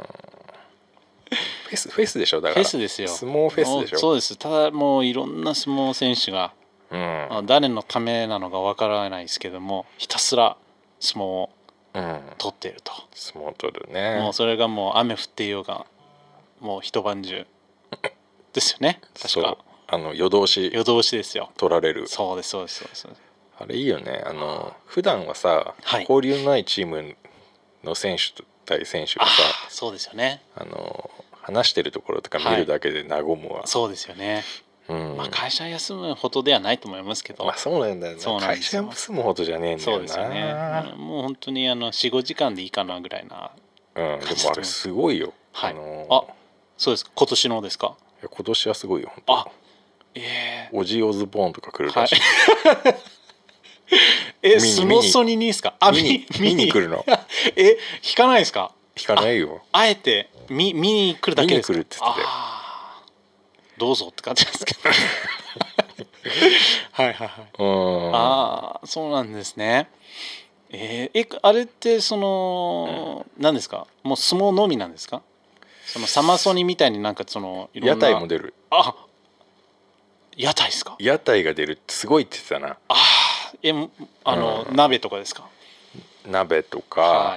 フェスフェスでしょ、だから。 フェスですよ。 相撲フェスでしょ。 そうです。ただもういろんな相撲選手が、うん、誰のためなのかわからないですけども、ひたすら相撲を取っていると、うん、 相撲取るね。 もうそれがもう雨降っていようがもう一晩中ですよね。確かあの夜通し夜通しですよ、 取られる。 そうですそうですそうです。 あれいいよね。あの普段はさ、はい、交流のないチームの選手対選手がさ、 そうですよね、 あの話してるところとか見るだけで和むわ、はい、 そうですよね。うん、まあ、会社休むほどではないと思いますけど、 まあそうなんだよね。会社休むほどじゃねえんだよな。 そうですよね。もう本当にあの よん,ご 時間でいいかなぐらいな。 うん、でもあれすごいよ。 はい。あのー、あ、そうですか。今年のですか。 いや今年はすごいよ本当。あ、ええー。オジーオズボーンとか来るらしい。はい、 え、スモソニにですか。あ、 見に見に来るの。 え、引かないですか。 引かないよ。 あ, あえて見見に来るだけですか。 見に来るって言ってて。 どうぞって感じですけどはいはいはい。ああ、そうなんですね。えー、えあれってその、うん、何ですか、もう相撲のみなんですか。そのサマソニみたいになんかそのいろんな屋台も出る。 あ、屋台ですか。 屋台が出るってすごいって言ってたな。 ああ、えあの、うん、鍋とかですか。 鍋とか、はい、あ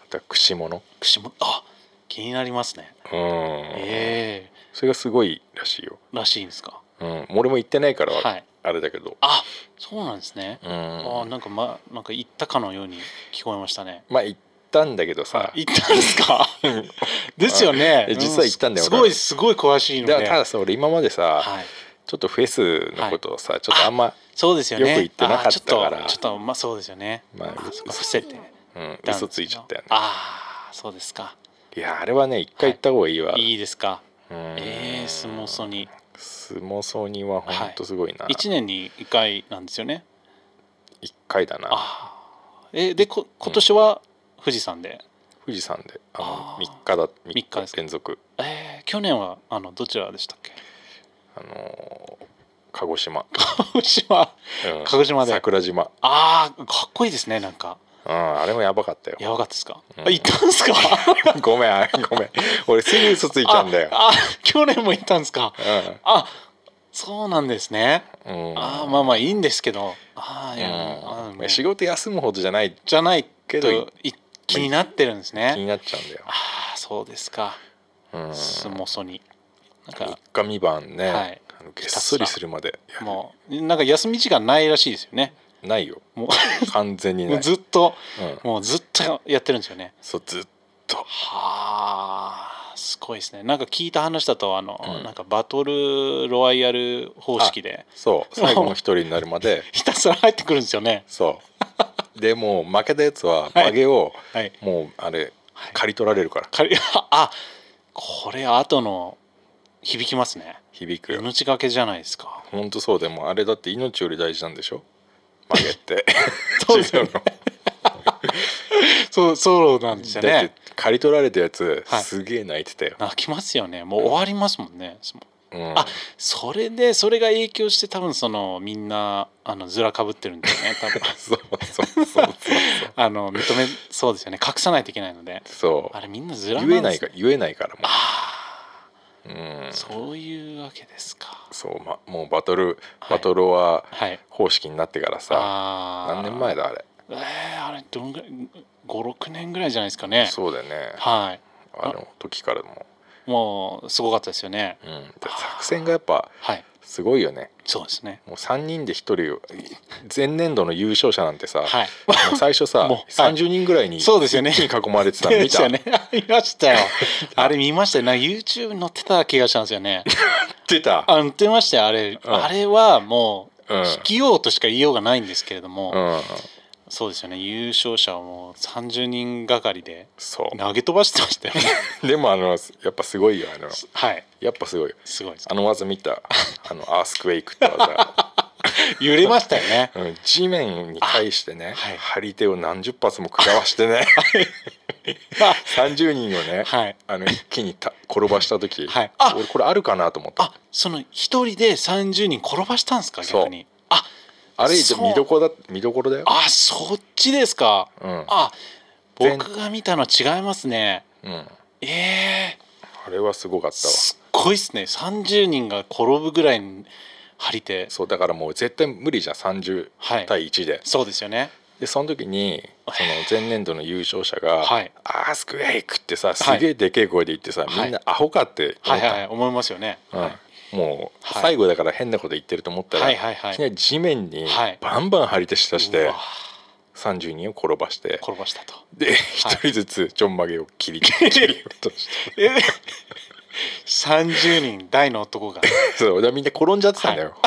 た串物。 串物、あ、気になりますね。 うん、 ええそれがすごいらしいよ。 らしいんですか。 うん、俺も行ってないから、 はい、 あれだけど。 あ、そうなんですね。 うん、 あ、なんかまなんか行ったかのように聞こえましたね。 まあ行ったんだけどさ、 行ったんですか。ですよね。 実は行ったんだよ。 すごいすごい詳しいので。 でたださ、俺今までさ、はい、ちょっとフェスのことをさ、はい、ちょっとあんまそうですよね、 よく言ってなかったから、 ちょっとちょっとまあそうですよね。まあ伏せて、 うん、嘘ついちゃったよね。 ああ、そうですか。 いやあれはね一回行った方がいいわ。 はい、いいですか。ええー、スモソニ。 スモソニは本当すごいな。 いちねんにいっかいなんですよね。 いっかいだな。 あえでこ今年は富士山で、うん、 富士山であのみっかだみっか連続。 えー、去年はあのどちらでしたっけ。 あの鹿児島鹿児島、うん、鹿児島で桜島。 ああ、かっこいいですね。なんか、 うん、あれもやばかったよ。 やばかったですか。 うん、 あ、行ったんですか。 ごめんごめん、俺すぐ嘘ついちゃうんだよ。 ああ、去年も行ったんですか。 うん、 あ、そうなんですね。 うん、 あ、まあまあいいんですけど、あ、 いや、うん、仕事休むほどじゃないじゃないけど気になってるんですね。 気になっちゃうんだよ。 ああ、そうですか。うん、スモソニなんかみっかみばんね、はい、あのげっそりするまでもうなんか休み時間ないらしいですよね。 ないよ、もう完全にない。 もうずっと、うん、もうずっとやってるんですよね。 そう、ずっと。 はあ、すごいですね。なんか聞いた話だとあの、うん、なんかバトルロワイヤル方式で、 そう最後の一人になるまでひたすら入ってくるんですよね。 そうでもう負けたやつは曲げを、はい、もうあれ、はい、刈り取られるから。 刈りあ、これ後の響きますね。 響くよ。 命がけじゃないですか。 本当そう。でもあれだって命より大事なんでしょ、曲げってそうですよねそうそうなんですよね。 だって刈り取られたやつ、はい、すげえ泣いてたよ。 泣きますよね。もう終わりますもんね、 うん、 あ、それでそれが影響して多分そのみんなあのずらかぶってるんですよね多分そうそうそうそうあの認めそうですよね。隠さないといけないので。 そう、 あれみんなずら言えないか言えないからもう。 あ、 うん、 そういうわけですか。 そう、ま、もうバトルバトルは方式になってからさ、はい、何年前だあれ。 えー、あれどんぐらいごろくねんぐらいじゃないですかね。 そうだよね。 はい、 あの時からももうすごかったですよね。 うん、作戦がやっぱすごいよね。はい、 そうですね。 もうさんにんでひとり前年度の優勝者なんてさ、 はい、 もう最初ささんじゅうにんぐらいに一気に囲まれてたの見た。 見ましたよあれ見ましたよ。なんか YouTube に載ってた気がしたんですよね出たあ、載ってましたよあれ、うん、あれはもう、 うん、 引きようとしか言いようがないんですけれども、 うん、 そうですよね。優勝者をもうさんじゅうにんがかりで投げ飛ばしてましたよねでもあのやっぱすごいよあの、 はい、 やっぱすごいよ。 すごいです。 あの技見たあのアースクエイクって技揺れましたよね、 うん、地面に対してね、はい、張り手を何十発も食らわしてねさんじゅうにんをね、はい、あの一気にた転ばした時、はい、あ、俺これあるかなと思った。 あ、その一人でさんじゅうにん転ばしたんですか逆に。あ、 あれ見どころだ見どころだよ。 あ、そっちですか。 うん、 あ、僕が見たのは違いますね。 うん、 ええー、あれはすごかったわ。 すっごいっすね。さんじゅうにんが転ぶぐらいに張り手。 そうだからもう絶対無理じゃんさんじゅうたいいちで、はい、 そうですよね。 でその時にその前年度の優勝者が、はい、アースクエイクってさすげえでけえ声で言ってさ、はい、みんなアホかって思った。 はいはいはい、思いますよね。 うん、はい、もう最後だから変なこと言ってると思ったら、はいはいはい、いきなり地面にバンバン張り手したして、はい、さんじゅうにんを転ばして転ばしたと。 でひとりずつちょんまげを切り切り落としてさんじゅうにん大の男がそうだみんな転んじゃってたんだよ、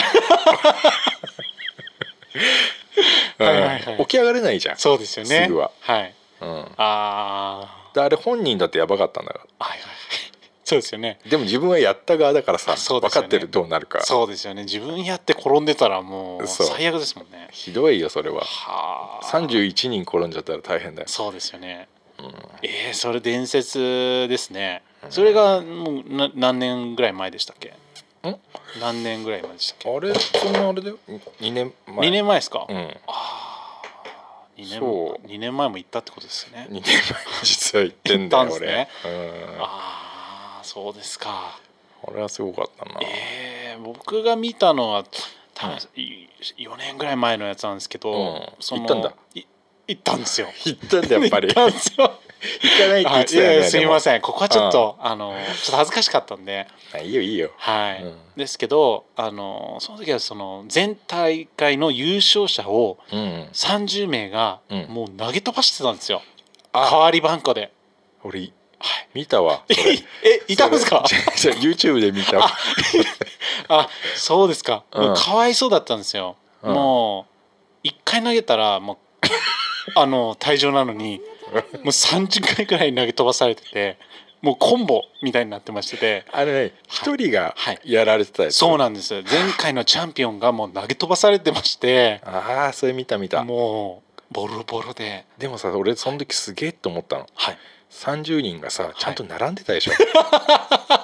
はいはいはいはい、起き上がれないじゃん。 そうですよね。 すぐは、 はい、 うん、 ああれ本人だってやばかったんだから、 はいはい、そうですよね。 でも自分はやった側だからさ、ね、分かってるどうなるか。 そうですよね。自分やって転んでたらもう最悪ですもんね。 ひどいよそれは。はさんじゅういちにん転んじゃったら大変だよ。 そうですよね、うん、えー、それ伝説ですね、うん、それがもうな何年ぐらい前でしたっけ。ん何年ぐらい前でしたっけ。 あれそんなあれだよにねんまえ。 にねんまえですか、 うん、 あにねんそうにねんまえも行ったってことですね。 にねんまえ実は行ってんだよ俺、ね、うん、 ああそうですか。 あれはすごかったな。 えー、僕が見たのは多分よねんぐらい前のやつなんですけど、 うん、その行ったんだ。 行ったんですよ。 行ったんだやっぱり行ったんですよ行かないって言ってたよね。 いやいやすみません。 ん、ここはちょっと、うん、あのちょっと恥ずかしかったんで。 いいよいいよ。 はい、 うん、 ですけどあのその時はその全大会の優勝者をさんじゅうめいがもう投げ飛ばしてたんですよ、うん、代わりばんこで。 俺、はい、見たわそれ。 えいたんですか？ YouTube で見たわ。 あ, あそうですか、うん、もうかわいそうだったんですよ、うん、もういっかい投げたらもうあの退場なのにもうさんじゅっかいくらい投げ飛ばされてて、もうコンボみたいになってましてて、 あれね一人がやられてたやつ、 はいはい、そうなんですよ。前回のチャンピオンがもう投げ飛ばされてましてああそれ見た見た。 もうボロボロで。 でもさ俺その時すげえと思ったの、はい、さんじゅうにんがさちゃんと並んでたでしょ、 はい、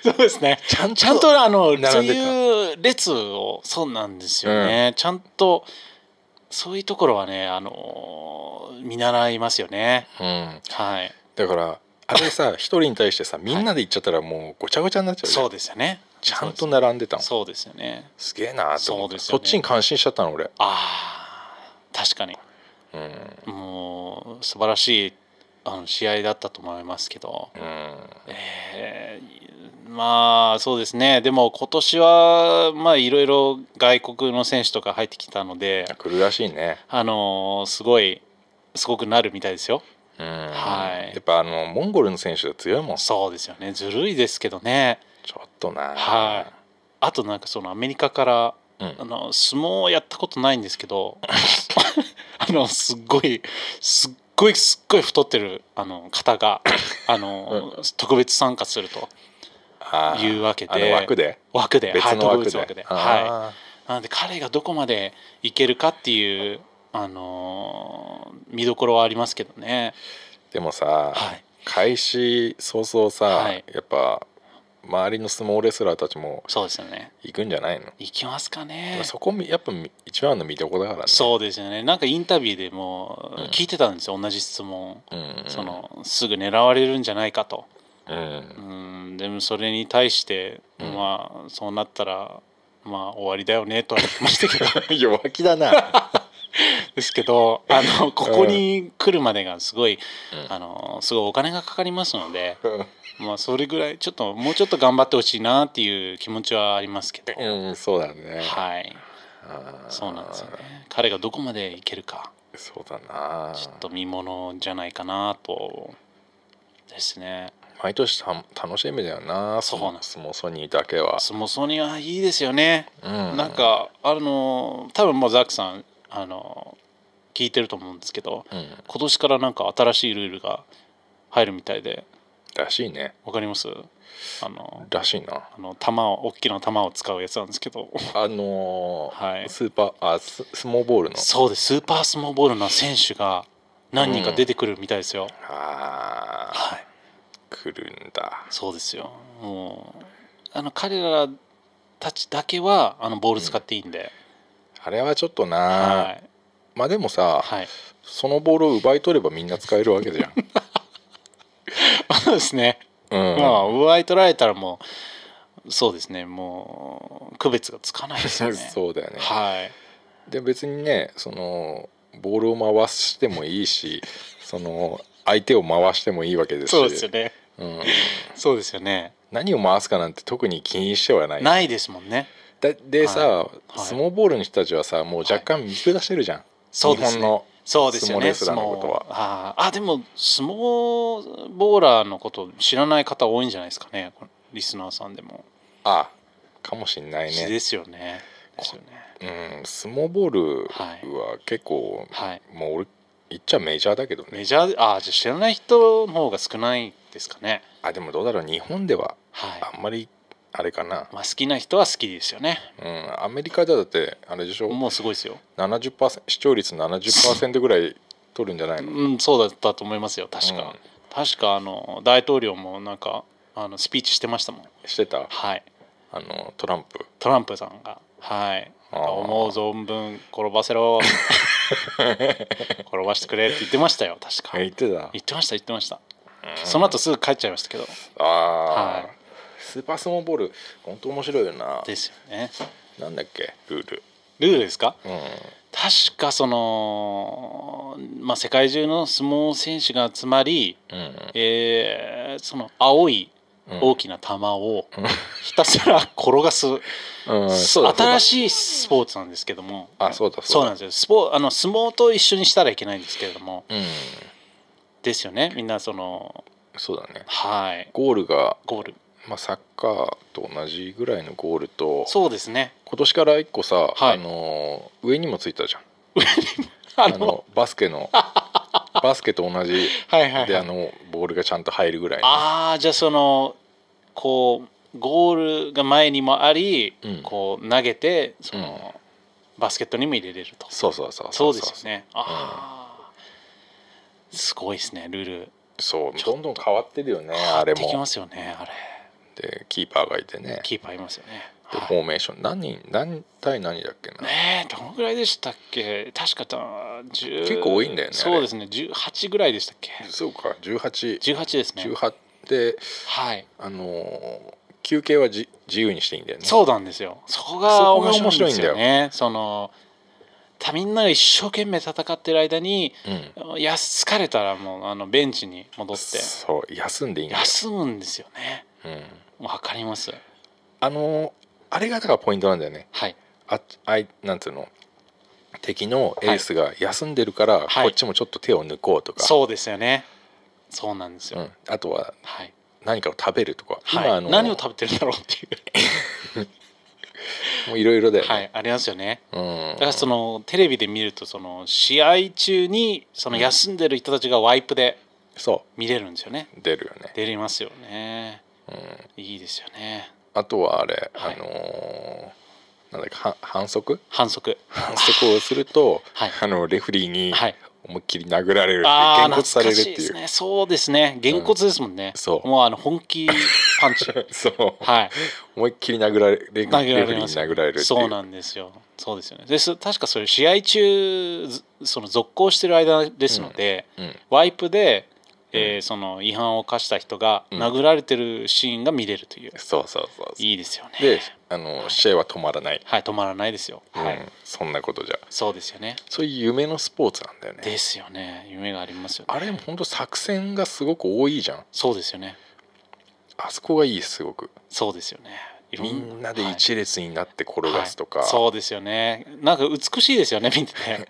そうですね、ちゃん と, ちゃんとあのそういう列を、そうなんですよね、うん、ちゃんとそういうところはね、あの見習いますよね、うん、はい、 だからあれさ一人に対してさみんなで行っちゃったらもうごちゃごちゃになっちゃうじゃん。 そうですよね、 ちゃんと並んでたの。 そうですよね、 すげえなと思って、 そ,、ね、そっちに感心しちゃったの俺。 ああ確かに、うん、もう素晴らしいあの試合だったと思いますけど、うん、えー、まあそうですね。でも今年はまあいろいろ外国の選手とか入ってきたので来るらしいね。 あのすごいすごくなるみたいですよ。 うん、はい、やっぱあのモンゴルの選手が強いもん。 そうですよね、ずるいですけどね、 ちょっとな。 はい、あとなんかそのアメリカから、うん、あの相撲をやったことないんですけどあのすっごいすっごいすっごい太ってるあの方があの、うん、特別参加するというわけで、 あの枠で枠で別の枠で、 はい、特別枠で、はい、なので彼がどこまでいけるかっていうあの見どころはありますけどね。 でもさ、はい、開始早々さ、はい、やっぱ周りの相撲レスラーたちもそうですよね、 行くんじゃないの？ 行きますかね。 そこやっぱ一番の見どころだからね。 そうですよね。なんかインタビューでも聞いてたんですよ、うん、同じ質問、うんうん、そのすぐ狙われるんじゃないかと、うん、うん、でもそれに対して、うん、まあそうなったらまあ終わりだよねとは言ってましたけど弱気だなですけどあのここに来るまでがすごい、うん、あのすごいお金がかかりますので、まあそれぐらいちょっともうちょっと頑張ってほしいなっていう気持ちはありますけど、 うん、そうだね。 はい、そうなんですよね。彼がどこまでいけるか、 そうだな、 ちょっと見ものじゃないかなとですね。 毎年た楽しみだよな、そうなん相撲ソニーだけは。 相撲ソニーはいいですよね、うん、なんかあの多分もうザックさんあの聞いてると思うんですけど、うん、今年からなんか新しいルールが入るみたいで。 らしいね。 わかります？あのらしいな。 あの玉を大きな玉を使うやつなんですけどあのーはい、スーパーあス相撲ボールのそうです、スーパー相撲ボールの選手が何人か出てくるみたいですよ、うん、 ああ、はい、来るんだ。 そうですよ。もうあの彼らたちだけはあのボール使っていいんで、 うん、あれはちょっとな、はい、まあでもさ、はい、そのボールを奪い取ればみんな使えるわけじゃんそうですね、うん、まあ奪い取られたらもうそうですね、もう区別がつかないですよねそうだよね、 はい、 で別にねそのボールを回してもいいしその相手を回してもいいわけですし、 そうですよね、うん、そうですよね。 何を回すかなんて特に気にしてはないないですもんね。 だでさ、はい、相撲ボールの人たちはさもう若干見下してるじゃん、はい、 そうですね、 日本のそうですよね、 相撲レスラーのことは。 ああでも相撲ボーラーのこと知らない方多いんじゃないですかね、リスナーさんでも。 ああかもしんないね。 ですよね。ですよね、うん、相撲ボールは結構、はい、もう俺言っちゃメジャーだけどね。 メジャーあじゃあ知らない人の方が少ないですかね。 あでもどうだろう、日本ではあんまりあれかな、はい、 まあ、好きな人は好きですよね、 うん、アメリカでだってあれでしょ、 もうすごいですよ、 ななじゅっパーセント 視聴率 ななじゅっパーセント ぐらい取るんじゃないのうん、そうだったと思いますよ確か、うん、確かあの大統領もなんかあのスピーチしてましたもん。 してた、 はい、 あのトランプトランプさんがはい思う存分転ばせろ転ばしてくれって言ってましたよ確か。 言ってた言ってました言ってました、うん、その後すぐ帰っちゃいましたけど。 ああ、はい、スーパー相撲ボール本当面白いよな。 ですよね。 なんだっけルールルールですか、うん、 確かその、まあ、世界中の相撲選手が集まり、うんえー、その青い大きな球をひたすら転がす、うん、新しいスポーツなんですけども、 あそうだそうだそうなんですよ。スポあの相撲と一緒にしたらいけないんですけれども、うん、ですよね。みんなそのそうだね、 はい、 ゴールがゴール、 まあ、サッカーと同じぐらいのゴールと、 そうですね、 今年から一個さ、はい、あの上にもついたじゃんあのあのバスケのバスケと同じはいはい、はい、であのボールがちゃんと入るぐらいの、 ああじゃあそのこうゴールが前にもあり、うん、こう投げてその、うん、バスケットにも入れれると。 そうそうそうそうですよね。ああ、うん、すごいですねルール。 そうどんどん変わってるよねあれも。 変わってきますよねあれ。 でキーパーがいてね。 キーパーいますよね。 でフォーメーション何人何対何だっけな。 えー、どのぐらいでしたっけ。確かじゅう結構多いんだよね。 そうですねじゅうはちぐらいでしたっけ。 そうかじゅうはち。 じゅうはちですね。 じゅうはちで、はい、あの休憩はじ自由にしていいんだよね。 そうなんですよ。そこが面白いんですよね。そのみんなが一生懸命戦ってる間に、うん、や疲れたらもうあのベンチに戻ってそう休んでいいんだよ。 休むんですよね。うん、わかります。 あのあれがだからポイントなんだよね。 はい。 ああいなんつうの敵のエースが休んでるから、はい、こっちもちょっと手を抜こうとか。 そうですよね。そうなんですよ。うん、 あとは、はい、何かを食べるとか。 はい、今あの何を食べてるんだろうっていうもういろいろだよね。 はい、ありますよね。うん、だからそのテレビで見るとその試合中にその休んでる人たちがワイプで見れるんですよね。 うん、出るよね。 出れますよね。うん、いいですよね。 あとはあれ、はい、あのー、なんだっけは反則反則反則をすると、はい、あのレフリーに思いっきり殴られるっていう、 はい、げんこつされるっていう。ですね、そうですねげんこつですもんね。うん、そうもうあの本気パンチそう、はい、思いっきり殴られレフリーに殴られるっていう。 そうなんですよ。そうですよね。です確かそれ試合中その続行してる間ですので、うんうん、ワイプでえー、その違反を犯した人が殴られてるシーンが見れるという、うん、 そうそうそういいですよね。 であの、はい、試合は止まらない。 はい止まらないですよ、 うん、はい、そんなことじゃそうですよね。 そういう夢のスポーツなんだよね。 ですよね。夢がありますよね。 あれも本当作戦がすごく多いじゃん。 そうですよね。 あそこがいいすごく。 そうですよね。 みんなで一列になって転がすとか、 はいはい、そうですよね。なんか美しいですよね見てて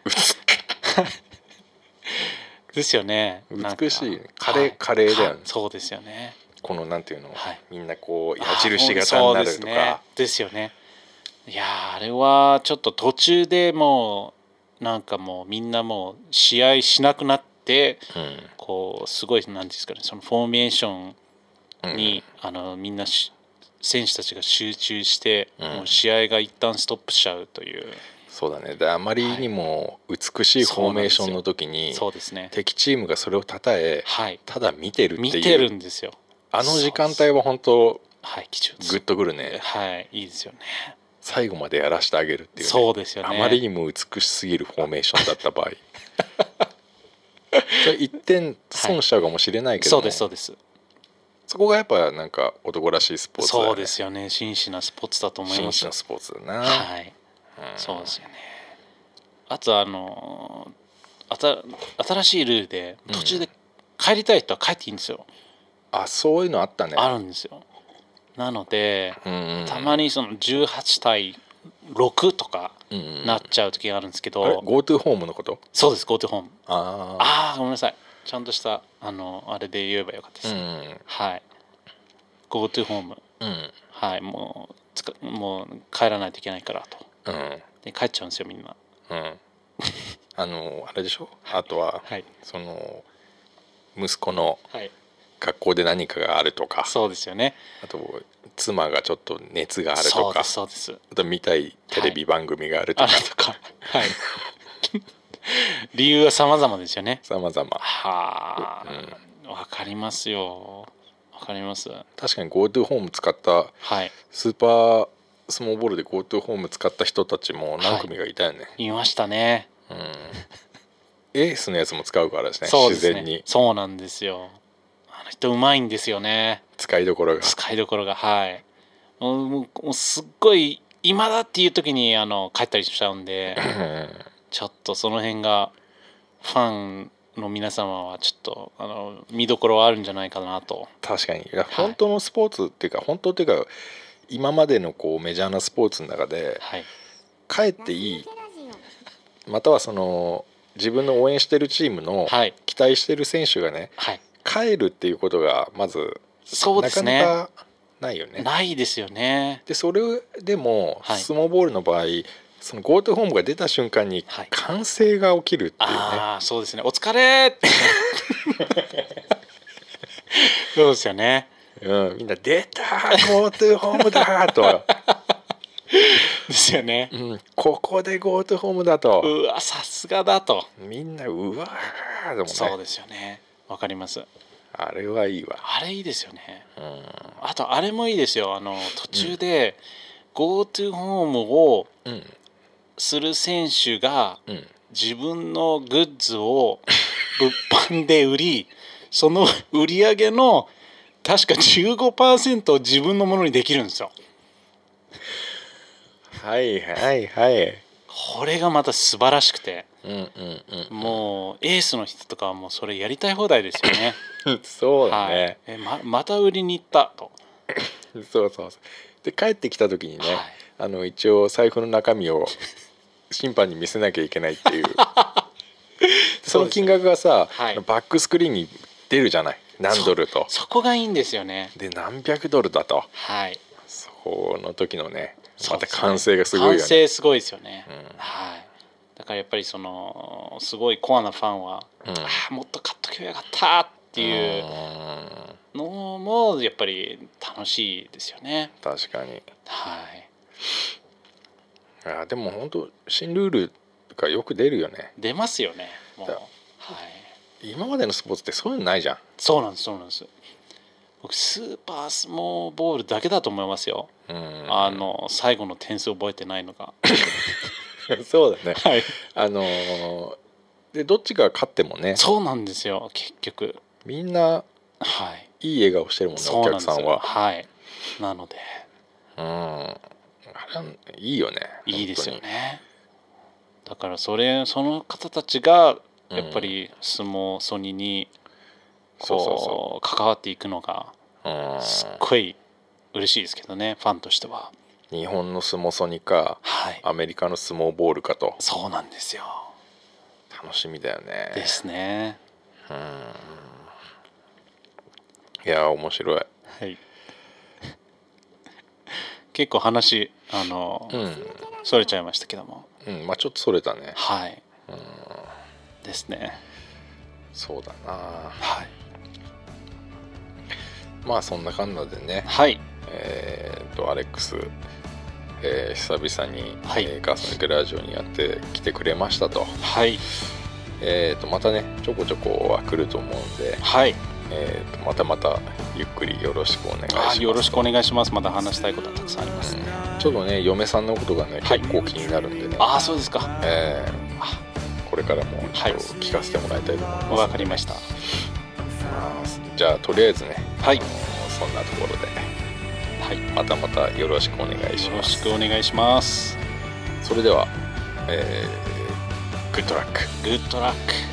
ですよね。 美しい華麗、はい、華麗だよね。 そうですよね。 このなんていうの、はい、みんなこう矢印型になるとか。 ですね。ですよね。いやあれはちょっと途中でもうなんかもうみんなもう試合しなくなって、うん、こうすごいなんですかねそのフォーメーションに、うん、あのみんな選手たちが集中して、うん、もう試合が一旦ストップしちゃうという。 そうだね。であまりにも美しいフォーメーションの時に、 そうですね、 敵チームがそれをたたえ、はい、ただ見てるっていう見てるんですよ。 あの時間帯は本当はい貴重です。 グッとくるね。 はいいいですよね。 最後までやらせてあげるっていう、ね、 そうですよね。 あまりにも美しすぎるフォーメーションだった場合それ一点損しちゃうかもしれないけども、 はい、そうですそうです。 そこがやっぱなんか男らしいスポーツだよね。 そうですよね。真摯なスポーツだと思います。 真摯なスポーツだな。 はい、うん、そうですよね。あとあのあた新しいルールで途中で帰りたい人は帰っていいんですよ。 うん、あそういうのあったね。 あるんですよ。なので、うんうんうん、たまにそのじゅうはちたいろくとかなっちゃう時があるんですけど、うんうん、 GoTo ホームのこと？ そうです GoTo ホーム。 ああごめんなさいちゃんとしたあのあれで言えばよかったです、うん、はい GoTo ホーム、うん、はいもうつかもう帰らないといけないからと、うん、で帰っちゃうんですよみんな。 うん、あのあれでしょ。あとは、はい、その息子の学校で何かがあるとか、 そうですよね。 あと妻がちょっと熱があるとか、 そうですそうです。 あと見たいテレビ番組があるとか、 はい、とかはい理由は様々ですよね。 様々。 はあ、うん、分かりますよ。分かります。 確かに GoTo ホーム使った、はい、スーパースモーボールで GoTo ホーム使った人たちも何組がいたよね。 はい、いましたね。 うん、エースのやつも使うからですね。 そうですね、 自然に。 そうなんですよ。あの人うまいんですよね。 使いどころが。 使いどころがはいもう、もうすっごい今だっていう時にあの帰ったりしちゃうんでちちょっとその辺がファンの皆様はちょっとあの見どころはあるんじゃないかなと。 確かに、いや、はい、本当のスポーツっていうか本当っていうか今までのこうメジャーなスポーツの中で、はい、帰っていい、またはその自分の応援してるチームの期待してる選手がね、はい、帰るっていうことがまずそうですね、 なかなかないよね。 ないですよね。 でそれでも、はい、スモーボールの場合その ゴートゥホームが出た瞬間に歓声が起きるっていうね、はい、 ああそうですね、お疲れってそうですよね、 うん、みんな出た ゴートゥホームだとですよね、 うん、ここで ゴートゥホームだと、 うわさすがだとみんなうわーでもね、 そうですよね、わかります。 あれはいいわ。 あれいいですよね、うん、あとあれもいいですよ、あの途中で ゴートゥホームをする選手が自分のグッズを物販で売りその売り上げの確か じゅうごパーセント を自分のものにできるんですよ。 はいはいはい。 これがまた素晴らしくて、 うんうんうん、 もうエースの人とかはもうそれやりたい放題ですよねそうだね、 はい、え ま, また売りに行ったとそうそうそう。で帰ってきた時にね、はい、あの一応財布の中身を審判に見せなきゃいけないっていうその金額がさ、はい、バックスクリーンに出るじゃない、何ドルと。 そ, そこがいいんですよね。 で何百ドルだと、 はい、 その時のねまた歓声がすごいよね。 歓声すごいですよね、うん、はい。だからやっぱりそのすごいコアなファンは、うん、あもっと買っとけばよかったっていうのもやっぱり楽しいですよね。 確かに、 はい。 あでも本当新ルールがよく出るよね。 出ますよねもう、はい、 今までのスポーツってそういうのないじゃん。 そうなんですそうなんです。僕スーパースモーボールだけだと思いますよ、うん、あの最後の点数覚えてないのがそうだね、 はい、 あのー、でどっちが勝ってもね、 そうなんですよ結局みんな、はい、いい笑顔してるもんね、お客さんは。 はい、なのでうんあれいいよね。 いいですよね。だからそれその方たちがやっぱり相撲ソニにこう関わっていくのがすっごい嬉しいですけどね、ファンとしては。 日本の相撲ソニか、はい、アメリカの相撲ボールかと。 そうなんですよ。 楽しみだよね。 ですね。 うんいや面白い。 はい。結構話あの、うん、それちゃいましたけども、 うんまあちょっとそれたね。 はい。 うんですね。 そうだな。 はい。 まあそんな感じでね。 はい。 えー、とアレックス、えー、久々に、 はいえー、ガス抜けラジオにやってきてくれましたと。 はい。 えー、とまたねちょこちょこは来ると思うんで。 はい。 えー、とまたまたゆっくりよろしくお願いします。 よろしくお願いします。まだ話したいことはたくさんありますね、 うん、ちょっとね嫁さんのことがね、はい、結構気になるんでね。 ああそうですか、 えー、あこれからもちょっと聞かせてもらいたいと思います。 わ、はい、かりました。 まあ、じゃあとりあえずね、 はい、 そんなところで、 はい、 またまたよろしくお願いします。 よろしくお願いします。 それでは、えー、グッドラック。 グッドラック。